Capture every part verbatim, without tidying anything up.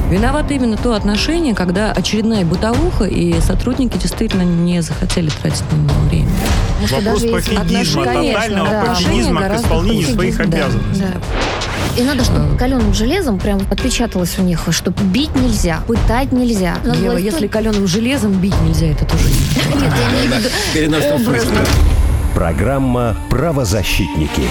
Виновато именно то отношение, когда очередная бытовуха, и сотрудники действительно не захотели тратить на него время. Вопрос пофигизма, тотального да. пофигизма к исполнению своих да, обязанностей. Да. И надо, чтобы каленым железом прям отпечаталось у них, что бить нельзя, пытать нельзя. Ева, если каленым железом бить нельзя, это тоже не. Нет, я имею в виду образно. Программа «Правозащитники».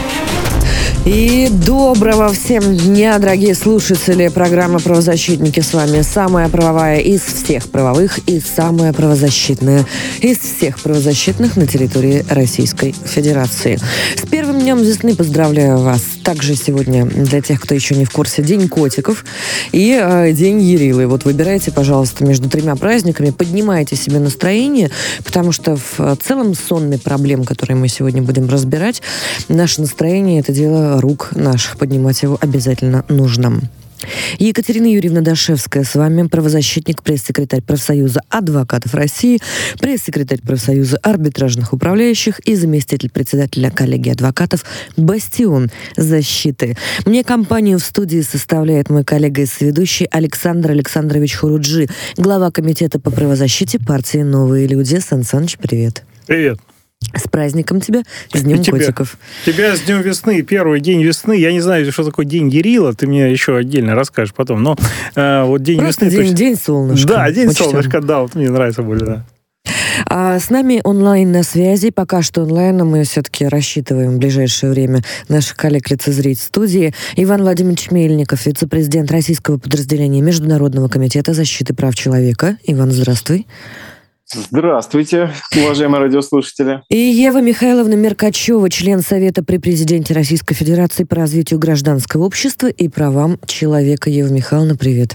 И доброго всем дня, дорогие слушатели. Программа «Правозащитники» с вами. Самая правовая из всех правовых и самая правозащитная из всех правозащитных на территории Российской Федерации. С первым днем весны поздравляю вас. Также сегодня, для тех, кто еще не в курсе, День котиков и э, День Ярилы. Вот выбирайте, пожалуйста, между тремя праздниками, поднимайте себе настроение, потому что в целом сонме проблем, которые мы сегодня будем разбирать, наше настроение – это дело рук наших, поднимать его обязательно нужно. Екатерина Юрьевна Дашевская с вами, правозащитник, пресс-секретарь профсоюза адвокатов России, пресс-секретарь профсоюза арбитражных управляющих и заместитель председателя коллегии адвокатов «Бастион защиты». Мне компанию в студии составляет мой коллега и соведущий Александр Александрович Хуруджи, глава комитета по правозащите партии «Новые люди». Сан Саныч, привет. Привет. С праздником тебя, с Днем тебя, котиков. Тебя с Днем весны, первый день весны. Я не знаю, что такое День Ярила, ты мне еще отдельно расскажешь потом. Но э, вот День Просто весны... День, точно... день солнышка. Да, День Учтем. солнышка, да, вот мне нравится более, да. А с нами онлайн на связи. Пока что онлайн, но мы все-таки рассчитываем в ближайшее время наших коллег лицезреть в студии. Иван Владимирович Мельников, вице-президент российского подразделения Международного комитета защиты прав человека. Иван, здравствуй. Здравствуйте, уважаемые радиослушатели. И Ева Михайловна Меркачева, член Совета при президенте Российской Федерации по развитию гражданского общества и правам человека. Ева Михайловна, привет.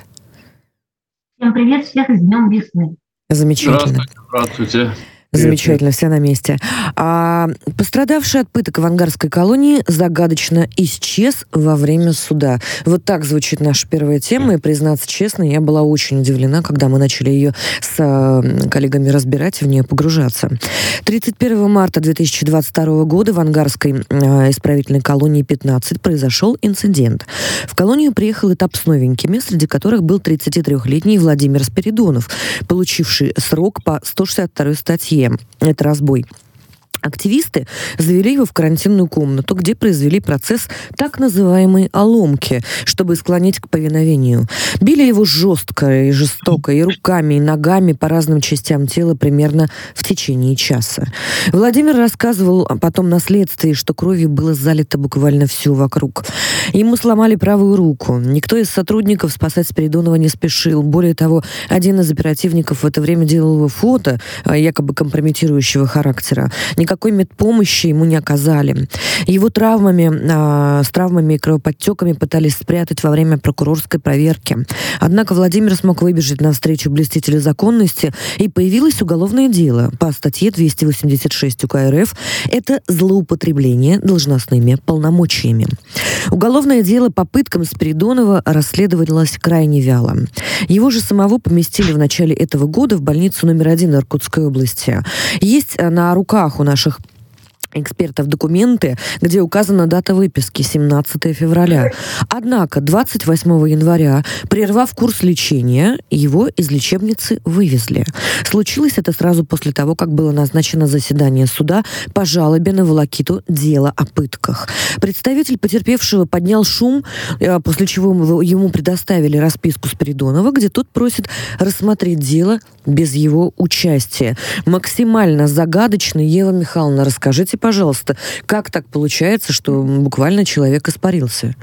Всем привет, всех с Днем весны. Замечательно. Здравствуйте. Здравствуйте. Замечательно, все на месте. А, пострадавший от пыток в ангарской колонии загадочно исчез во время суда. Вот так звучит наша первая тема, и, признаться честно, я была очень удивлена, когда мы начали ее с а, коллегами разбирать и в нее погружаться. тридцать первого марта две тысячи двадцать второго года в ангарской а, исправительной колонии пятнадцать произошел инцидент. В колонию приехал этап с новенькими, среди которых был тридцатитрёхлетний Владимир Спиридонов, получивший срок по сто шестьдесят второй статье. Это разбой. Активисты завели его в карантинную комнату, где произвели процесс так называемой оломки, чтобы склонить к повиновению. Били его жестко и жестоко, и руками, и ногами по разным частям тела примерно в течение часа. Владимир рассказывал потом на следствии, что кровью было залито буквально все вокруг. Ему сломали правую руку. Никто из сотрудников спасать Спиридонова не спешил. Более того, один из оперативников в это время делал его фото, якобы компрометирующего характера. Никакой медпомощи ему не оказали. Его травмами, э, с травмами и кровоподтеками пытались спрятать во время прокурорской проверки. Однако Владимир смог выбежать навстречу блюстителю законности, и появилось уголовное дело по статье двести восемьдесят шесть УК РФ. Это злоупотребление должностными полномочиями. Уголовное дело по пыткам Спиридонова расследовалось крайне вяло. Его же самого поместили в начале этого года в больницу номер один Иркутской области. Есть на руках у наших экспертов документы, где указана дата выписки семнадцатого февраля. Однако двадцать восьмого января, прервав курс лечения, его из лечебницы вывезли. Случилось это сразу после того, как было назначено заседание суда по жалобе на волокиту дела о пытках. Представитель потерпевшего поднял шум, после чего ему предоставили расписку Спиридонова, где тот просит рассмотреть дело без его участия. Максимально загадочно. Ева Михайловна, расскажите, пожалуйста, как так получается, что буквально человек испарился?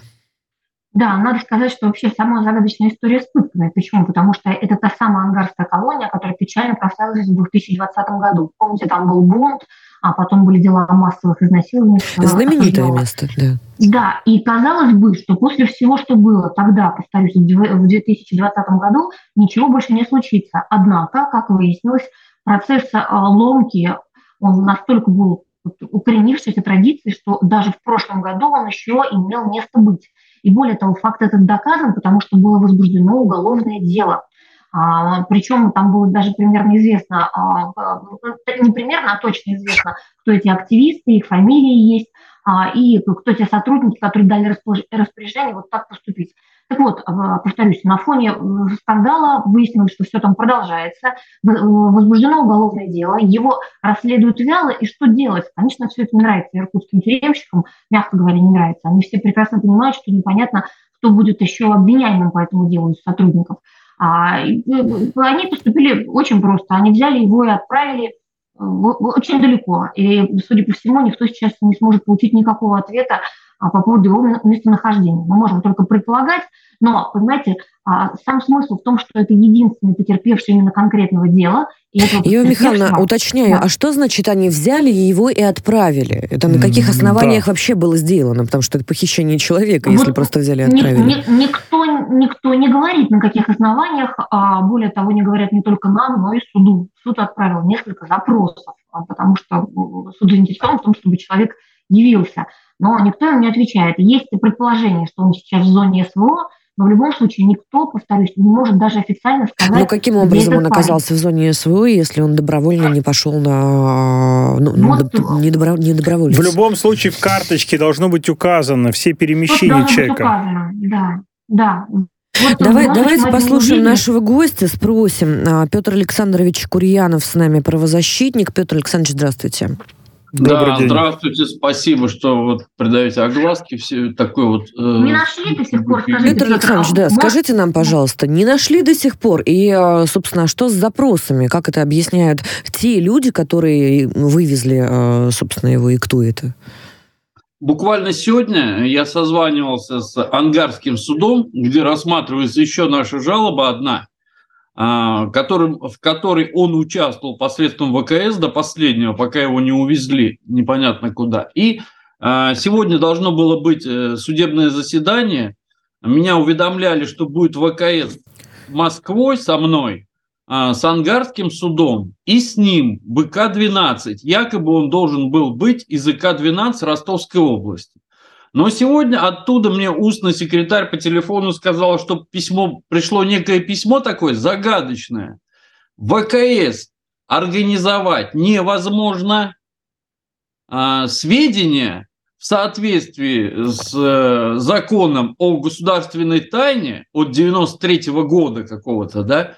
Да, надо сказать, что вообще самая загадочная история с пытками. Почему? Потому что это та самая ангарская колония, которая печально прославилась в две тысячи двадцатом году. Помните, там был бунт, а потом были дела о массовых изнасилованиях. Знаменитое место, да. Да, и казалось бы, что после всего, что было тогда, повторюсь, в две тысячи двадцатом году, ничего больше не случится. Однако, как выяснилось, процесс ломки, он настолько был укоренившейся традицией, что даже в прошлом году он еще имел место быть. И более того, факт этот доказан, потому что было возбуждено уголовное дело. А, причем там было даже примерно известно, а, не примерно, а точно известно, кто эти активисты, их фамилии есть, а, и кто те сотрудники, которые дали распоряжение вот так поступить. Так вот, повторюсь, на фоне скандала выяснилось, что все там продолжается, возбуждено уголовное дело, его расследуют вяло, и что делать? Конечно, все это не нравится иркутским тюремщикам, мягко говоря, не нравится. Они все прекрасно понимают, что непонятно, кто будет еще обвиняемым по этому делу из сотрудников. А, они поступили очень просто, они взяли его и отправили очень далеко, и, судя по всему, никто сейчас не сможет получить никакого ответа по поводу его местонахождения. Мы можем только предполагать, но, понимаете, сам смысл в том, что это единственный потерпевший именно конкретного дела. Ева Михайловна, уточняю, да. А что значит они взяли его и отправили? Это на каких основаниях да. вообще было сделано? Потому что это похищение человека, вот если просто взяли и отправили. Ни, ни, никто, никто не говорит, на каких основаниях. А более того, не говорят не только нам, но и суду. Суд отправил несколько запросов, потому что суд заинтересован в том, чтобы человек явился. Но никто им не отвечает. Есть предположение, что он сейчас в зоне СВО, но в любом случае никто, повторюсь, не может даже официально сказать... Ну, каким образом он оказался в зоне СВО, если он добровольно не пошел на... Ну, вот, не, добро... не добровольно. В любом случае в карточке должно быть указано все перемещения человека. Указано. Да, да. Вот, Давай, давайте послушаем нашего гостя, спросим. Петр Александрович Курьянов с нами, правозащитник. Петр Александрович, здравствуйте. Добрый да, день. Здравствуйте, спасибо, что вот придаете огласки, все такой вот... Э, не нашли до сих пор, скажите. Петр Александрович, да, скажите нам, пожалуйста, не нашли до сих пор? И, собственно, что с запросами? Как это объясняют те люди, которые вывезли, собственно, его, и кто это? Буквально сегодня я созванивался с Ангарским судом, где рассматривается еще наша жалоба одна, Который, в которой он участвовал посредством ВКС до последнего, пока его не увезли непонятно куда. И а, сегодня должно было быть судебное заседание. Меня уведомляли, что будет ВКС Москвой со мной, а, с Ангарским судом и с ним БК двенадцать. Якобы он должен был быть из ИК двенадцать Ростовской области. Но сегодня оттуда мне устный секретарь по телефону сказал, что письмо, пришло некое письмо такое загадочное. ВКС организовать невозможно. А, сведения в соответствии с э, законом о государственной тайне от девяносто третьего года какого-то, да,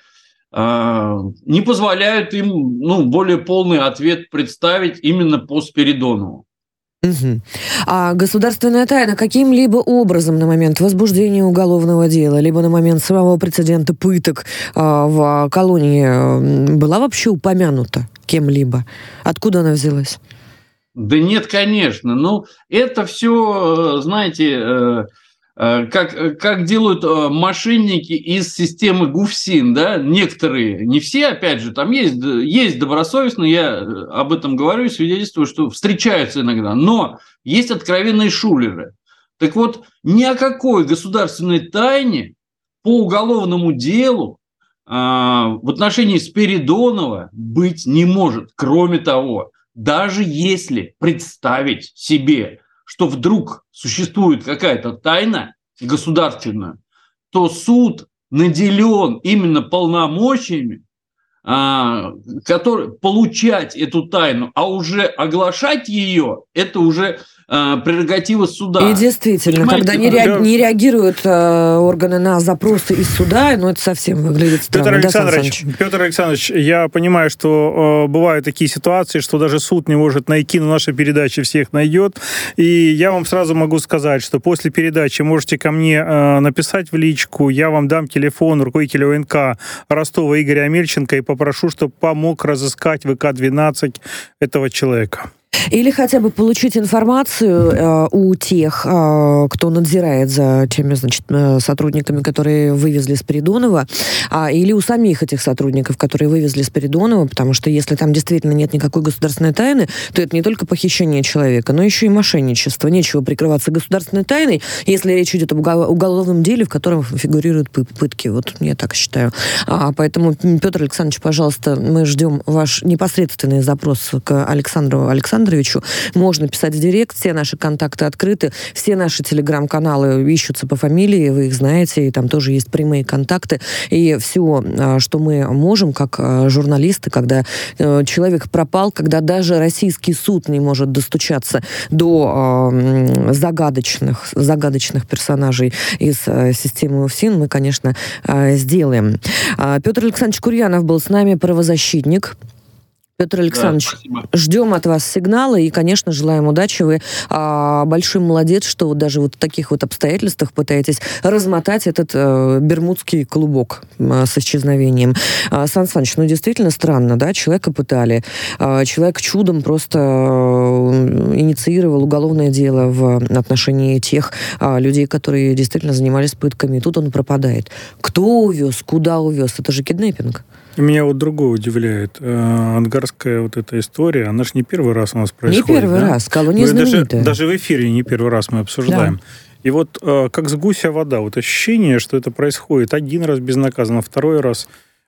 э, не позволяют им ну, более полный ответ представить именно по Спиридонову. Угу. А государственная тайна каким-либо образом на момент возбуждения уголовного дела, либо на момент самого прецедента пыток а, в колонии была вообще упомянута кем-либо? Откуда она взялась? Да нет, конечно. Ну, это все, знаете, как, как делают мошенники из системы ГУФСИН, да, некоторые, не все, опять же, там есть, есть добросовестные, я об этом говорю и свидетельствую, что встречаются иногда, но есть откровенные шулеры. Так вот, ни о какой государственной тайне по уголовному делу а, в отношении Спиридонова быть не может. Кроме того, даже если представить себе, что вдруг существует какая-то тайна государственная, то суд наделен именно полномочиями, а, который, получать эту тайну, а уже оглашать ее, это уже а, прерогатива суда. И действительно, понимаете, когда не, реаг... не реагируют а, органы на запросы из суда, ну это совсем выглядит странно. Петр Александрович, да, Петр Александрович, я понимаю, что э, бывают такие ситуации, что даже суд не может найти, но наша передача всех найдет. И я вам сразу могу сказать, что после передачи можете ко мне э, написать в личку, я вам дам телефон руководителя ОНК Ростова Игоря Амельченко и попрошу, чтобы помог разыскать ВК двенадцать этого человека. Или хотя бы получить информацию э, у тех, э, кто надзирает за теми, значит, э, сотрудниками, которые вывезли Спиридонова, э, или у самих этих сотрудников, которые вывезли Спиридонова, потому что если там действительно нет никакой государственной тайны, то это не только похищение человека, но еще и мошенничество. Нечего прикрываться государственной тайной, если речь идет об уголовном деле, в котором фигурируют пытки. Вот я так считаю. А, поэтому, Петр Александрович, пожалуйста, мы ждем ваш непосредственный запрос к Александру Александровичу, Александровичу. Можно писать в директ, все наши контакты открыты, все наши телеграм-каналы ищутся по фамилии, вы их знаете, и там тоже есть прямые контакты. И все, что мы можем, как журналисты, когда человек пропал, когда даже российский суд не может достучаться до э, загадочных, загадочных персонажей из э, системы УФСИН, мы, конечно, э, сделаем. Э, Петр Александрович Курьянов был с нами, правозащитник. Петр Александрович, да, ждем от вас сигнала и, конечно, желаем удачи. Вы а, большой молодец, что вот даже вот в таких вот обстоятельствах пытаетесь размотать этот а, бермудский клубок а, с исчезновением. А, Сан Саныч, ну действительно странно, да? Человека пытали. А, человек чудом просто а, инициировал уголовное дело в отношении тех а, людей, которые действительно занимались пытками. И тут он пропадает. Кто увез? Куда увез? Это же киднеппинг. Меня вот другое удивляет. Ангарская вот эта история, она же не первый раз у нас происходит. Не первый да? раз, колония знаменитая. Даже, даже в эфире не первый раз мы обсуждаем. Да. И вот как с гуся вода, вот ощущение, что это происходит один раз безнаказанно, второй раз.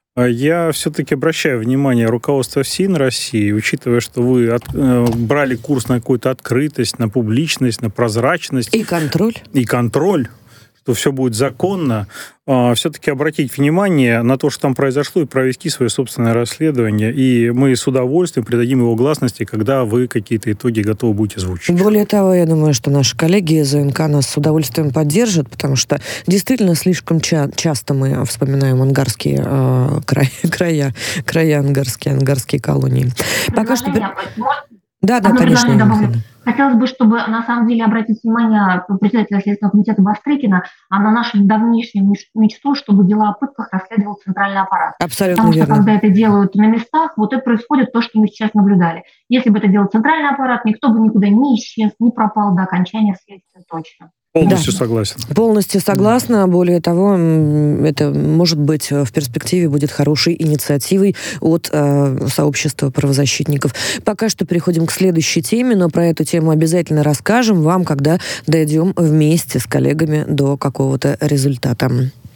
Я все-таки обращаю внимание руководства ФСИН России, учитывая, что вы от, э, брали курс на какую-то открытость, на публичность, на прозрачность. И контроль. И контроль. Что все будет законно, все-таки обратить внимание на то, что там произошло, и провести свое собственное расследование. И мы с удовольствием придадим его гласности, когда вы какие-то итоги готовы будете озвучить. Более того, я думаю, что наши коллеги из ОНК нас с удовольствием поддержат, потому что действительно слишком ча- часто мы вспоминаем ангарские э, края, края, края ангарские, ангарские колонии. Пока что... Да, да, конечно. Хотелось бы, чтобы на самом деле обратить внимание председателя Следственного комитета Бастрыкина а на нашу давнишнюю мечту, чтобы дела о пытках расследовал центральный аппарат. Абсолютно Потому верно. что когда это делают на местах, вот это происходит то, что мы сейчас наблюдали. Если бы это делал центральный аппарат, никто бы никуда не исчез, не пропал до окончания следствия точно. Полностью да. согласен. Полностью согласна. Более того, это, может быть, в перспективе будет хорошей инициативой от э, сообщества правозащитников. Пока что переходим к следующей теме, но про эту тему обязательно расскажем вам, когда дойдем вместе с коллегами до какого-то результата.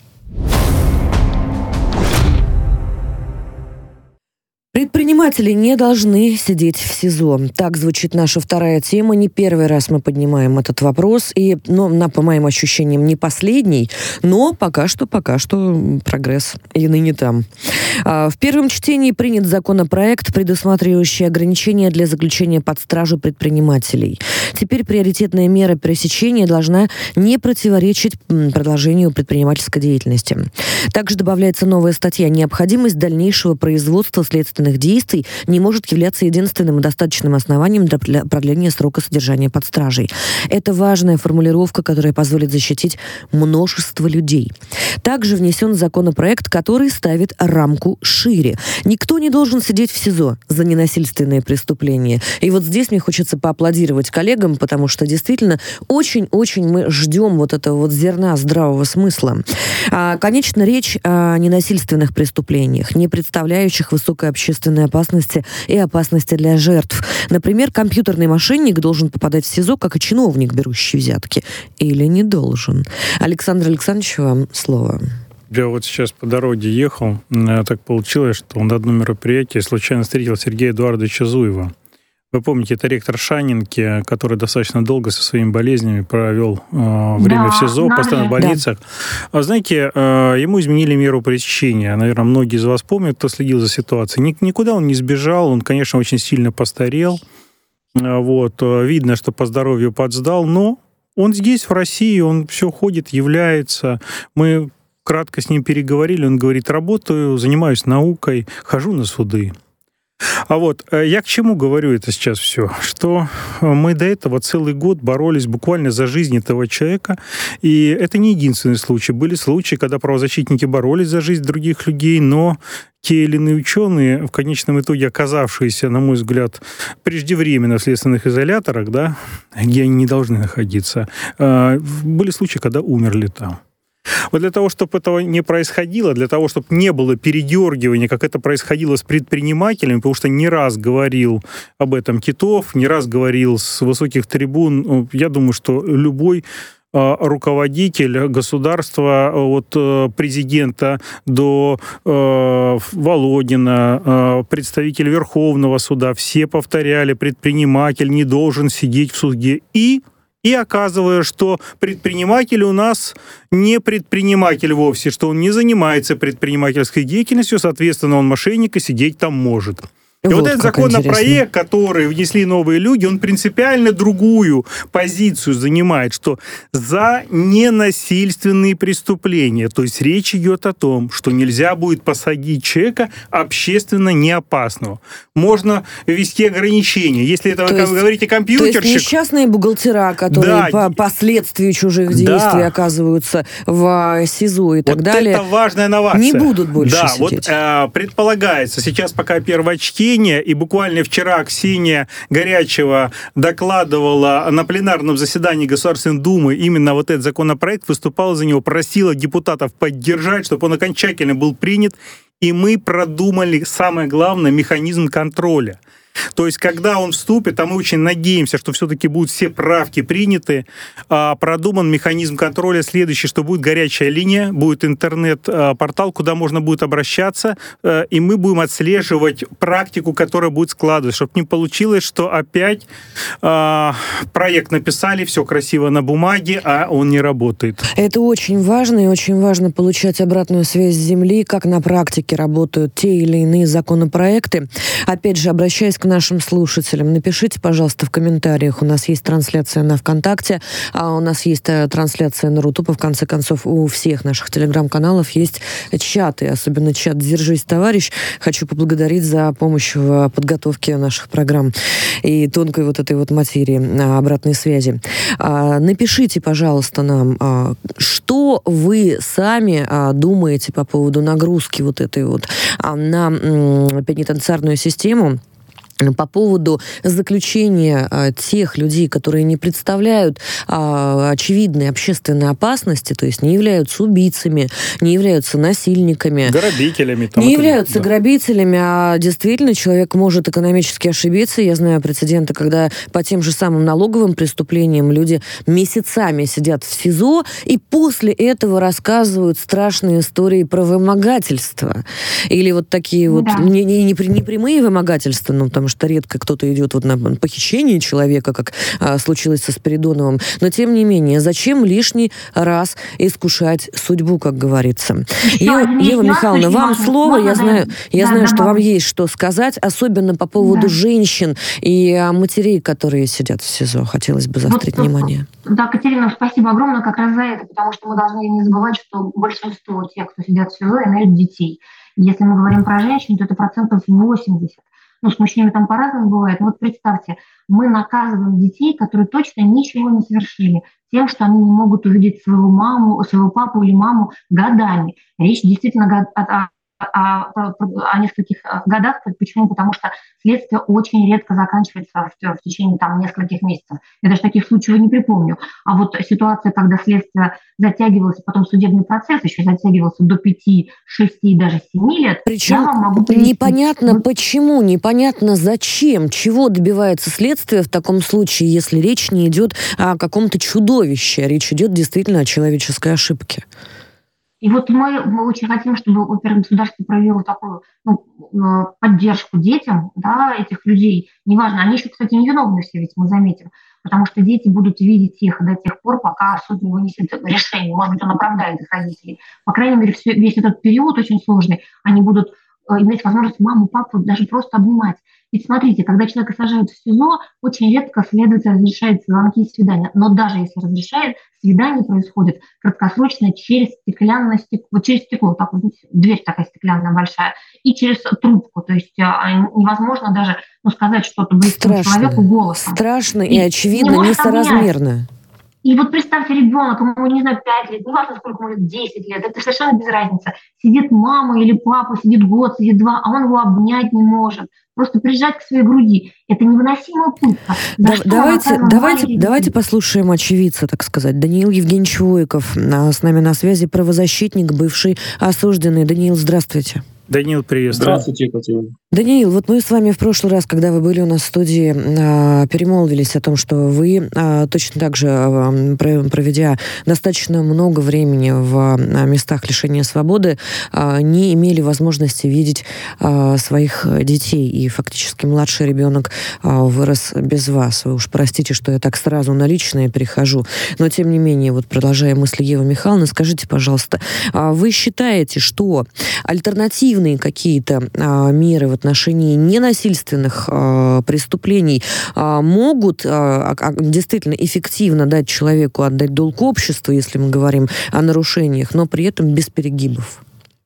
Предприниматели не должны сидеть в СИЗО. Так звучит наша вторая тема. Не первый раз мы поднимаем этот вопрос. И, ну, на, по моим ощущениям, не последний, но пока что, пока что прогресс и ныне там. А, в первом чтении принят законопроект, предусматривающий ограничения для заключения под стражу предпринимателей. Теперь приоритетная мера пресечения должна не противоречить продолжению предпринимательской деятельности. Также добавляется новая статья: необходимость дальнейшего производства следственных действий не может являться единственным и достаточным основанием для продления срока содержания под стражей. Это важная формулировка, которая позволит защитить множество людей. Также внесен законопроект, который ставит рамку шире. Никто не должен сидеть в СИЗО за ненасильственные преступления. И вот здесь мне хочется поаплодировать коллегам, потому что действительно очень-очень мы ждем вот этого вот зерна здравого смысла. А, конечно, речь о ненасильственных преступлениях, не представляющих высокой общественной опасности и опасности для жертв. Например, компьютерный мошенник должен попадать в СИЗО, как и чиновник, берущий взятки. Или не должен. Александр Александрович, вам слово. Я вот сейчас по дороге ехал. Так получилось, что на одном мероприятии случайно встретил Сергея Эдуардовича Зуева. Вы помните, это ректор Шанинки, который достаточно долго со своими болезнями провел э, время да, в СИЗО, постоянно в больницах. Да. Знаете, э, ему изменили меру пресечения. Наверное, многие из вас помнят, кто следил за ситуацией. Ник- никуда он не сбежал, он, конечно, очень сильно постарел. Э, вот, э, видно, что по здоровью подсдал, но он здесь, в России, он все ходит, является. Мы кратко с ним переговорили, он говорит: работаю, занимаюсь наукой, хожу на суды. А вот я к чему говорю это сейчас все? Что мы до этого целый год боролись буквально за жизнь этого человека, и это не единственный случай. Были случаи, когда правозащитники боролись за жизнь других людей, но те или иные ученые, в конечном итоге оказавшиеся, на мой взгляд, преждевременно в следственных изоляторах, да, где они не должны находиться, были случаи, когда умерли там. Вот для того, чтобы этого не происходило, для того, чтобы не было передергивания, как это происходило с предпринимателями, потому что не раз говорил об этом Титов, не раз говорил с высоких трибун, я думаю, что любой руководитель государства от президента до Володина, представитель Верховного суда, все повторяли, предприниматель не должен сидеть в суде. И И оказывается, что предприниматель у нас не предприниматель вовсе, что он не занимается предпринимательской деятельностью, соответственно, он мошенник и сидеть там может. И вот, вот этот законопроект, который внесли новые люди, он принципиально другую позицию занимает, что за ненасильственные преступления. То есть речь идет о том, что нельзя будет посадить человека общественно неопасного. Можно ввести ограничения. Если это, как вы говорите, компьютерщик... То есть несчастные бухгалтера, которые да, по последствию чужих действий да. оказываются в СИЗО и так вот далее, это важная новация. Не будут больше да, сидеть. Вот, э, предполагается, сейчас пока первое чтение, и буквально вчера Ксения Горячева докладывала на пленарном заседании Государственной Думы именно вот этот законопроект, выступала за него, просила депутатов поддержать, чтобы он окончательно был принят, и мы продумали, самое главное, механизм контроля. То есть, когда он вступит, а мы очень надеемся, что все-таки будут все правки приняты, продуман механизм контроля следующий, что будет горячая линия, будет интернет-портал, куда можно будет обращаться, и мы будем отслеживать практику, которая будет складываться, чтобы не получилось, что опять проект написали, все красиво на бумаге, а он не работает. Это очень важно, и очень важно получать обратную связь с земли, как на практике работают те или иные законопроекты. Опять же, обращаясь к нашим слушателям, напишите, пожалуйста, в комментариях. У нас есть трансляция на ВКонтакте, а у нас есть трансляция на Рутубе. В конце концов, у всех наших телеграм-каналов есть чаты, особенно чат «Держись, товарищ». Хочу поблагодарить за помощь в подготовке наших программ и тонкой вот этой вот материи обратной связи. Напишите, пожалуйста, нам, что вы сами думаете по поводу нагрузки вот этой вот на пенитенциарную систему, по поводу заключения а, тех людей, которые не представляют а, очевидной общественной опасности, то есть не являются убийцами, не являются насильниками, грабителями, там, не это, являются да. грабителями, а действительно человек может экономически ошибиться. Я знаю прецеденты, когда по тем же самым налоговым преступлениям люди месяцами сидят в СИЗО и после этого рассказывают страшные истории про вымогательство. Или вот такие вот, да. не, не, не, не прямые вымогательства, но там что редко кто-то идет вот на похищение человека, как а, случилось со Спиридоновым. Но, тем не менее, зачем лишний раз искушать судьбу, как говорится? Ева, Ева Михайловна, вам слово. Я знаю, я да, знаю да, что да. вам есть что сказать, особенно по поводу да. женщин и а, матерей, которые сидят в СИЗО. Хотелось бы заострить вот, внимание. Да, Катерина, спасибо огромное как раз за это, потому что мы должны не забывать, что большинство тех, кто сидят в СИЗО, имеют детей. Если мы говорим про женщин, то это процентов восемьдесят. Ну, с мужчинами там по-разному бывает. Но вот представьте, мы наказываем детей, которые точно ничего не совершили, тем, что они не могут увидеть свою маму, своего папу или маму годами. Речь действительно о, о, о, о нескольких годах. Почему? Потому что следствие очень редко заканчивается в, в течение там нескольких месяцев. Я даже таких случаев не припомню. А вот ситуация, когда следствие затягивалось, потом судебный процесс еще затягивался до пяти, шести, даже семи лет. Причем я вам могу привести... непонятно вот... почему, непонятно зачем, чего добивается следствие в таком случае, если речь не идет о каком-то чудовище, речь идет действительно о человеческой ошибке. И вот мы, мы очень хотим, чтобы, во-первых, государство проявило такую ну, поддержку детям, да, этих людей. Неважно, они еще, кстати, невиновны все, ведь мы заметим, потому что дети будут видеть их до тех пор, пока суд не вынесет решение. Может быть, он оправдает их родителей. По крайней мере, все, весь этот период очень сложный, они будут иметь возможность маму, папу даже просто обнимать. Ведь смотрите, когда человека сажают в СИЗО, очень редко следователь разрешает звонки и свидания. Но даже если разрешает, свидание происходит краткосрочно через стеклянное стекло, вот через стекло, так вот, дверь такая стеклянная большая, и через трубку. То есть невозможно даже ну, сказать что-то близкому человеку голосом. Страшно и, и очевидно не несоразмерно. И вот представьте, ребенок, ему, не знаю, пять лет, не важно, сколько ему лет, десять лет, это совершенно без разницы. Сидит мама или папа, сидит год, сидит два, а он его обнять не может. Просто прижать к своей груди. Это невыносимая пытка. Да, давайте, давайте, давайте послушаем очевидца, так сказать. Даниил Евгеньевич Войков с нами на связи, правозащитник, бывший осужденный. Даниил, здравствуйте. Даниил, приветствую. Здравствуйте, Екатерина. Даниил, вот мы с вами в прошлый раз, когда вы были у нас в студии, перемолвились о том, что вы точно так же, проведя достаточно много времени в местах лишения свободы, не имели возможности видеть своих детей, и фактически младший ребенок вырос без вас. Вы уж простите, что я так сразу на личное перехожу, но тем не менее, вот продолжая мысли Евы Михайловны, скажите, пожалуйста, вы считаете, что альтернативные какие-то меры в отношении ненасильственных э, преступлений э, могут э, действительно эффективно дать человеку отдать долг обществу, если мы говорим о нарушениях, но при этом без перегибов?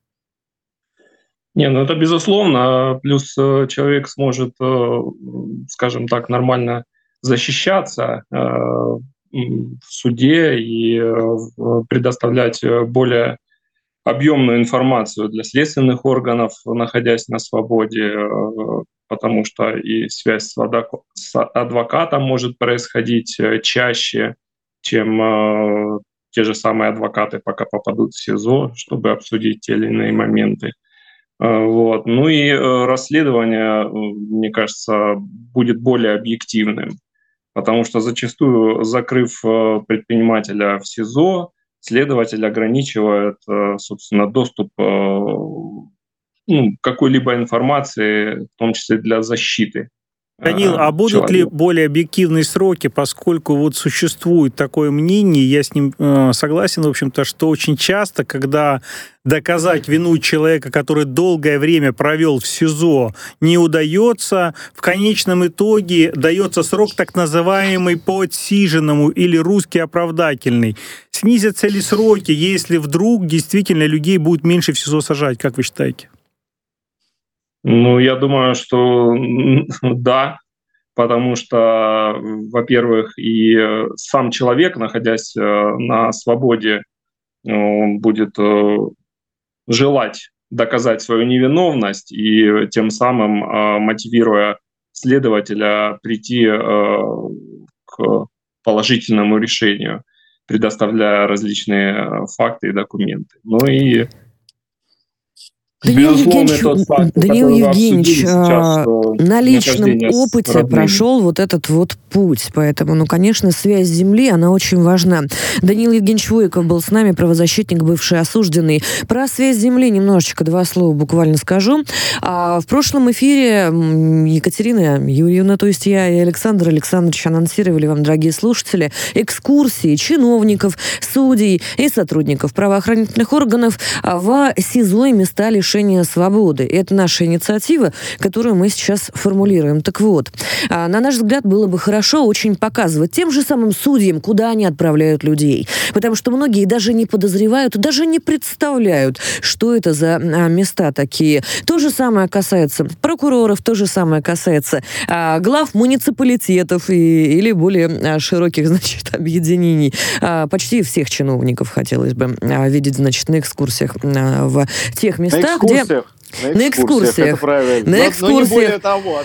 Не, ну это безусловно. Плюс человек сможет, скажем так, нормально защищаться в суде и предоставлять более объемную информацию для следственных органов, находясь на свободе, потому что и связь с адвокатом может происходить чаще, чем те же самые адвокаты пока попадут в СИЗО, чтобы обсудить те или иные моменты. Вот. Ну и расследование, мне кажется, будет более объективным, потому что зачастую, закрыв предпринимателя в СИЗО, следователь ограничивает, собственно, доступ ну, какой-либо информации, в том числе для защиты. Данил, а будут ли более объективные сроки, поскольку вот существует такое мнение, я с ним э, согласен, в общем-то, что очень часто, когда доказать вину человека, который долгое время провел в СИЗО, не удается, в конечном итоге дается срок так называемый по отсиженному или русский оправдательный. Снизятся ли сроки, если вдруг действительно людей будет меньше в СИЗО сажать, как вы считаете? Ну, я думаю, что да, потому что, во-первых, и сам человек, находясь на свободе, он будет желать доказать свою невиновность и тем самым мотивируя следователя прийти к положительному решению, предоставляя различные факты и документы. Ну и Даниил Евгеньевич, факт, Даниил Евгеньевич сейчас, на личном опыте прошел вот этот вот путь, поэтому, ну, конечно, связь Земли, она очень важна. Даниил Евгеньевич Воиков был с нами, правозащитник, бывший осужденный. Про связь Земли немножечко два слова буквально скажу. А в прошлом эфире Екатерина Юрьевна, то есть я и Александр Александрович анонсировали вам, дорогие слушатели, экскурсии чиновников, судей и сотрудников правоохранительных органов в СИЗО и места лишения свободы. И это наша инициатива, которую мы сейчас формулируем. Так вот, на наш взгляд, было бы хорошо очень показывать тем же самым судьям, куда они отправляют людей. Потому что многие даже не подозревают, даже не представляют, что это за места такие. То же самое касается прокуроров, то же самое касается глав муниципалитетов и, или более широких, значит, объединений. Почти всех чиновников хотелось бы видеть, значит, на экскурсиях в тех местах, где... На экскурсиях. На экскурсиях,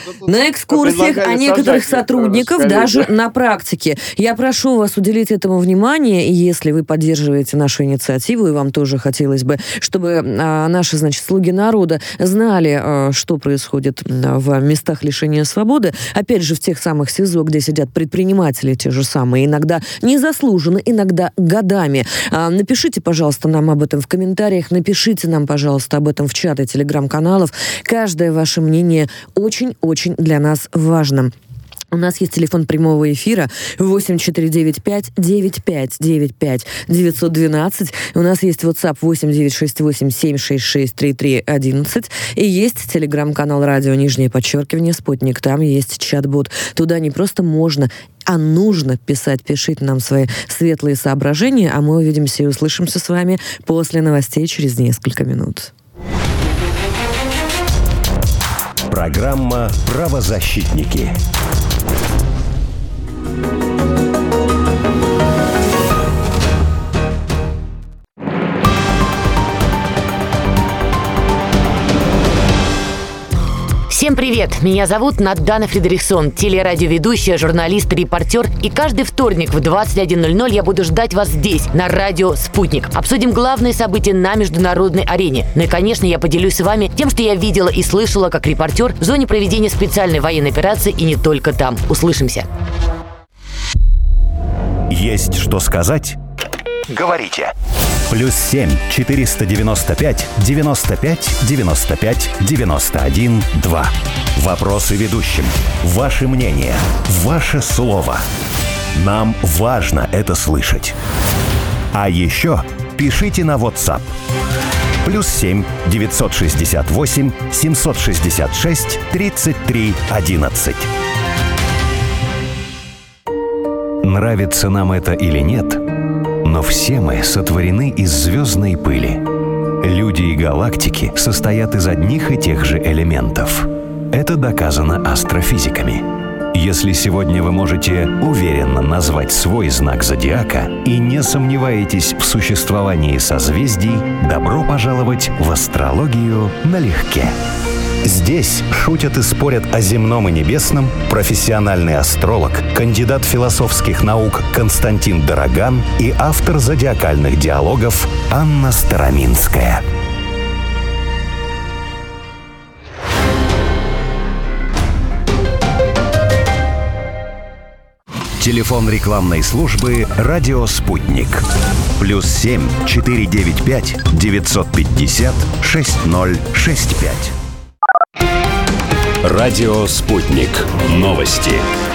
на экскурсиях, а некоторых сотрудников даже на практике. Я прошу вас уделить этому внимание, и если вы поддерживаете нашу инициативу, и вам тоже хотелось бы, чтобы а, наши, значит, слуги народа знали, а, что происходит в местах лишения свободы, опять же, в тех самых СИЗО, где сидят предприниматели те же самые, иногда незаслуженно, иногда годами. А, напишите, пожалуйста, нам об этом в комментариях, напишите нам, пожалуйста, об этом в чат и телеграм каналов. Каждое ваше мнение очень-очень для нас важно. У нас есть телефон прямого эфира восемь четыре девять пять девять пять девять пять девятьсот двенадцать. У нас есть WhatsApp восемь девять шесть восемь семь шесть шесть три три одиннадцать. И есть телеграм-канал радио нижнее подчеркивание Спутник. Там есть чат-бот. Туда не просто можно, а нужно писать. Пишите нам свои светлые соображения, а мы увидимся и услышимся с вами после новостей через несколько минут. Программа «Правозащитники». Всем привет! Меня зовут Надана Фридрихсон, телерадиоведущая, журналист и репортер. И каждый вторник в двадцать один ноль ноль я буду ждать вас здесь, на радио «Спутник». Обсудим главные события на международной арене. Ну и, конечно, я поделюсь с вами тем, что я видела и слышала как репортер в зоне проведения специальной военной операции и не только там. Услышимся. Есть что сказать? Говорите. Плюс семь четыреста девяносто пять девяносто пять девяносто пять девяносто один два. Вопросы ведущим. Ваше мнение. Ваше слово. Нам важно это слышать. А еще пишите на WhatsApp. Плюс семь девятьсот шестьдесят восемь семьсот шестьдесят шесть тридцать три одиннадцать. Нравится нам это или нет, но все мы сотворены из звездной пыли. Люди и галактики состоят из одних и тех же элементов. Это доказано астрофизиками. Если сегодня вы можете уверенно назвать свой знак зодиака и не сомневаетесь в существовании созвездий, добро пожаловать в астрологию налегке. Здесь шутят и спорят о земном и небесном профессиональный астролог, кандидат философских наук Константин Дороган и автор зодиакальных диалогов Анна Староминская. Телефон рекламной службы «Радио Спутник». Плюс семь четыре девять пять девятьсот пятьдесят шесть ноль шесть пять. Радио «Спутник». Новости.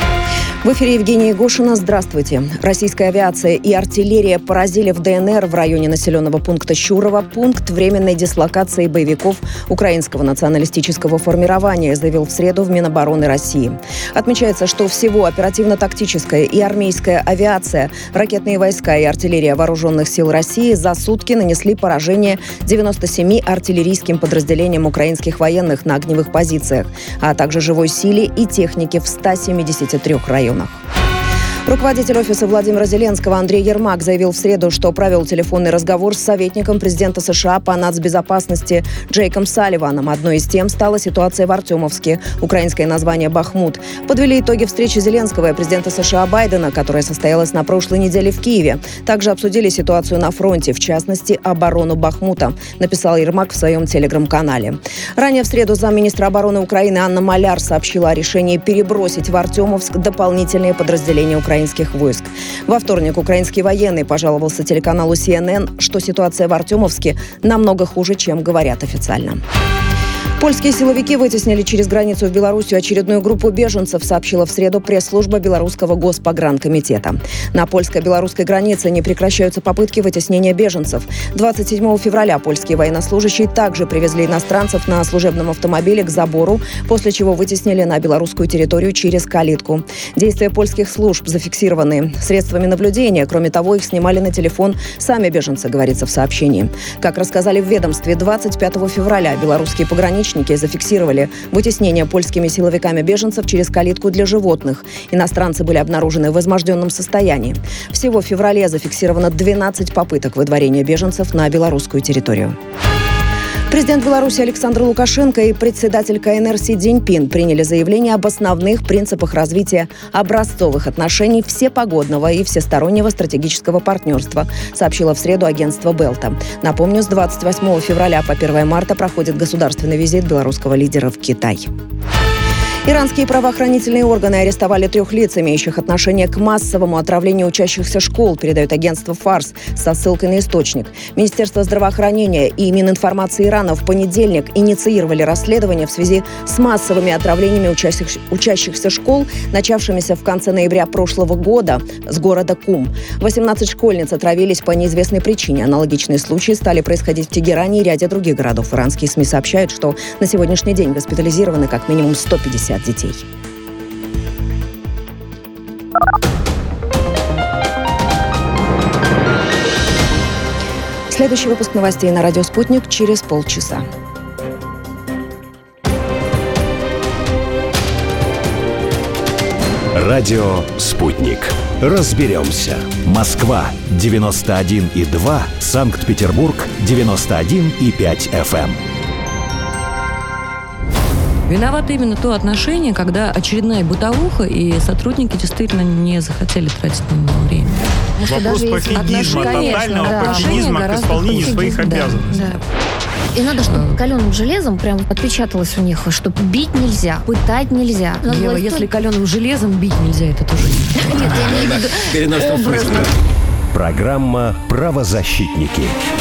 В эфире Евгения Егошина. Здравствуйте. Российская авиация и артиллерия поразили в ДНР в районе населенного пункта Щурово пункт временной дислокации боевиков украинского националистического формирования, заявил в среду в Минобороны России. Отмечается, что всего оперативно-тактическая и армейская авиация, ракетные войска и артиллерия вооруженных сил России за сутки нанесли поражение девяноста семи артиллерийским подразделениям украинских военных на огневых позициях, а также живой силе и технике в ста семидесяти трёх районах. Руководитель офиса Владимира Зеленского Андрей Ермак заявил в среду, что провел телефонный разговор с советником президента США по нацбезопасности Джейком Салливаном. Одной из тем стала ситуация в Артемовске, украинское название Бахмут. Подвели итоги встречи Зеленского и президента США Байдена, которая состоялась на прошлой неделе в Киеве. Также обсудили ситуацию на фронте, в частности, оборону Бахмута, написал Ермак в своем телеграм-канале. Ранее в среду замминистра обороны Украины Анна Маляр сообщила о решении перебросить в Артемовск дополнительные подразделения Украины. украинских войск. Во вторник украинский военный пожаловался телеканалу си эн эн, что ситуация в Артемовске намного хуже, чем говорят официально. Польские силовики вытеснили через границу в Белоруссию очередную группу беженцев, сообщила в среду пресс-служба Белорусского госпогранкомитета. На польско-белорусской границе не прекращаются попытки вытеснения беженцев. двадцать седьмого февраля польские военнослужащие также привезли иностранцев на служебном автомобиле к забору, после чего вытеснили на белорусскую территорию через калитку. Действия польских служб зафиксированы средствами наблюдения. Кроме того, их снимали на телефон сами беженцы, говорится в сообщении. Как рассказали в ведомстве, двадцать пятого февраля белорусские пограничники зафиксировали вытеснение польскими силовиками беженцев через калитку для животных. Иностранцы были обнаружены в возможденном состоянии. Всего в феврале зафиксировано двенадцать попыток выдворения беженцев на белорусскую территорию. Президент Беларуси Александр Лукашенко и председатель ка эн эр Си Цзиньпин приняли заявление об основных принципах развития образцовых отношений всепогодного и всестороннего стратегического партнерства, сообщило в среду агентство Белта. Напомню, с двадцать восьмого февраля по первого марта проходит государственный визит белорусского лидера в Китай. Иранские правоохранительные органы арестовали трех лиц, имеющих отношение к массовому отравлению учащихся школ, передает агентство Фарс со ссылкой на источник. Министерство здравоохранения и Мининформации Ирана в понедельник инициировали расследование в связи с массовыми отравлениями учащихся, учащихся школ, начавшимися в конце ноября прошлого года с города Кум. восемнадцать школьниц отравились по неизвестной причине. Аналогичные случаи стали происходить в Тегеране и ряде других городов. Иранские СМИ сообщают, что на сегодняшний день госпитализированы как минимум сто пятьдесят детей. Следующий выпуск новостей на радио «Спутник» через полчаса. Радио «Спутник». Разберемся. Москва девяносто один и два, Санкт-Петербург девяносто один и пять эф эм. Виновато именно то отношение, когда очередная бытовуха, и сотрудники действительно не захотели тратить на него время. Вопрос пофигизма, тотального да, пофигизма к исполнению своих да, обязанностей. Да. И надо, чтобы каленым железом прям отпечаталось у них, что бить нельзя, пытать нельзя. Надо Ева, власть... если каленым железом бить нельзя, это тоже не Нет, я имею в виду образно. Программа «Правозащитники».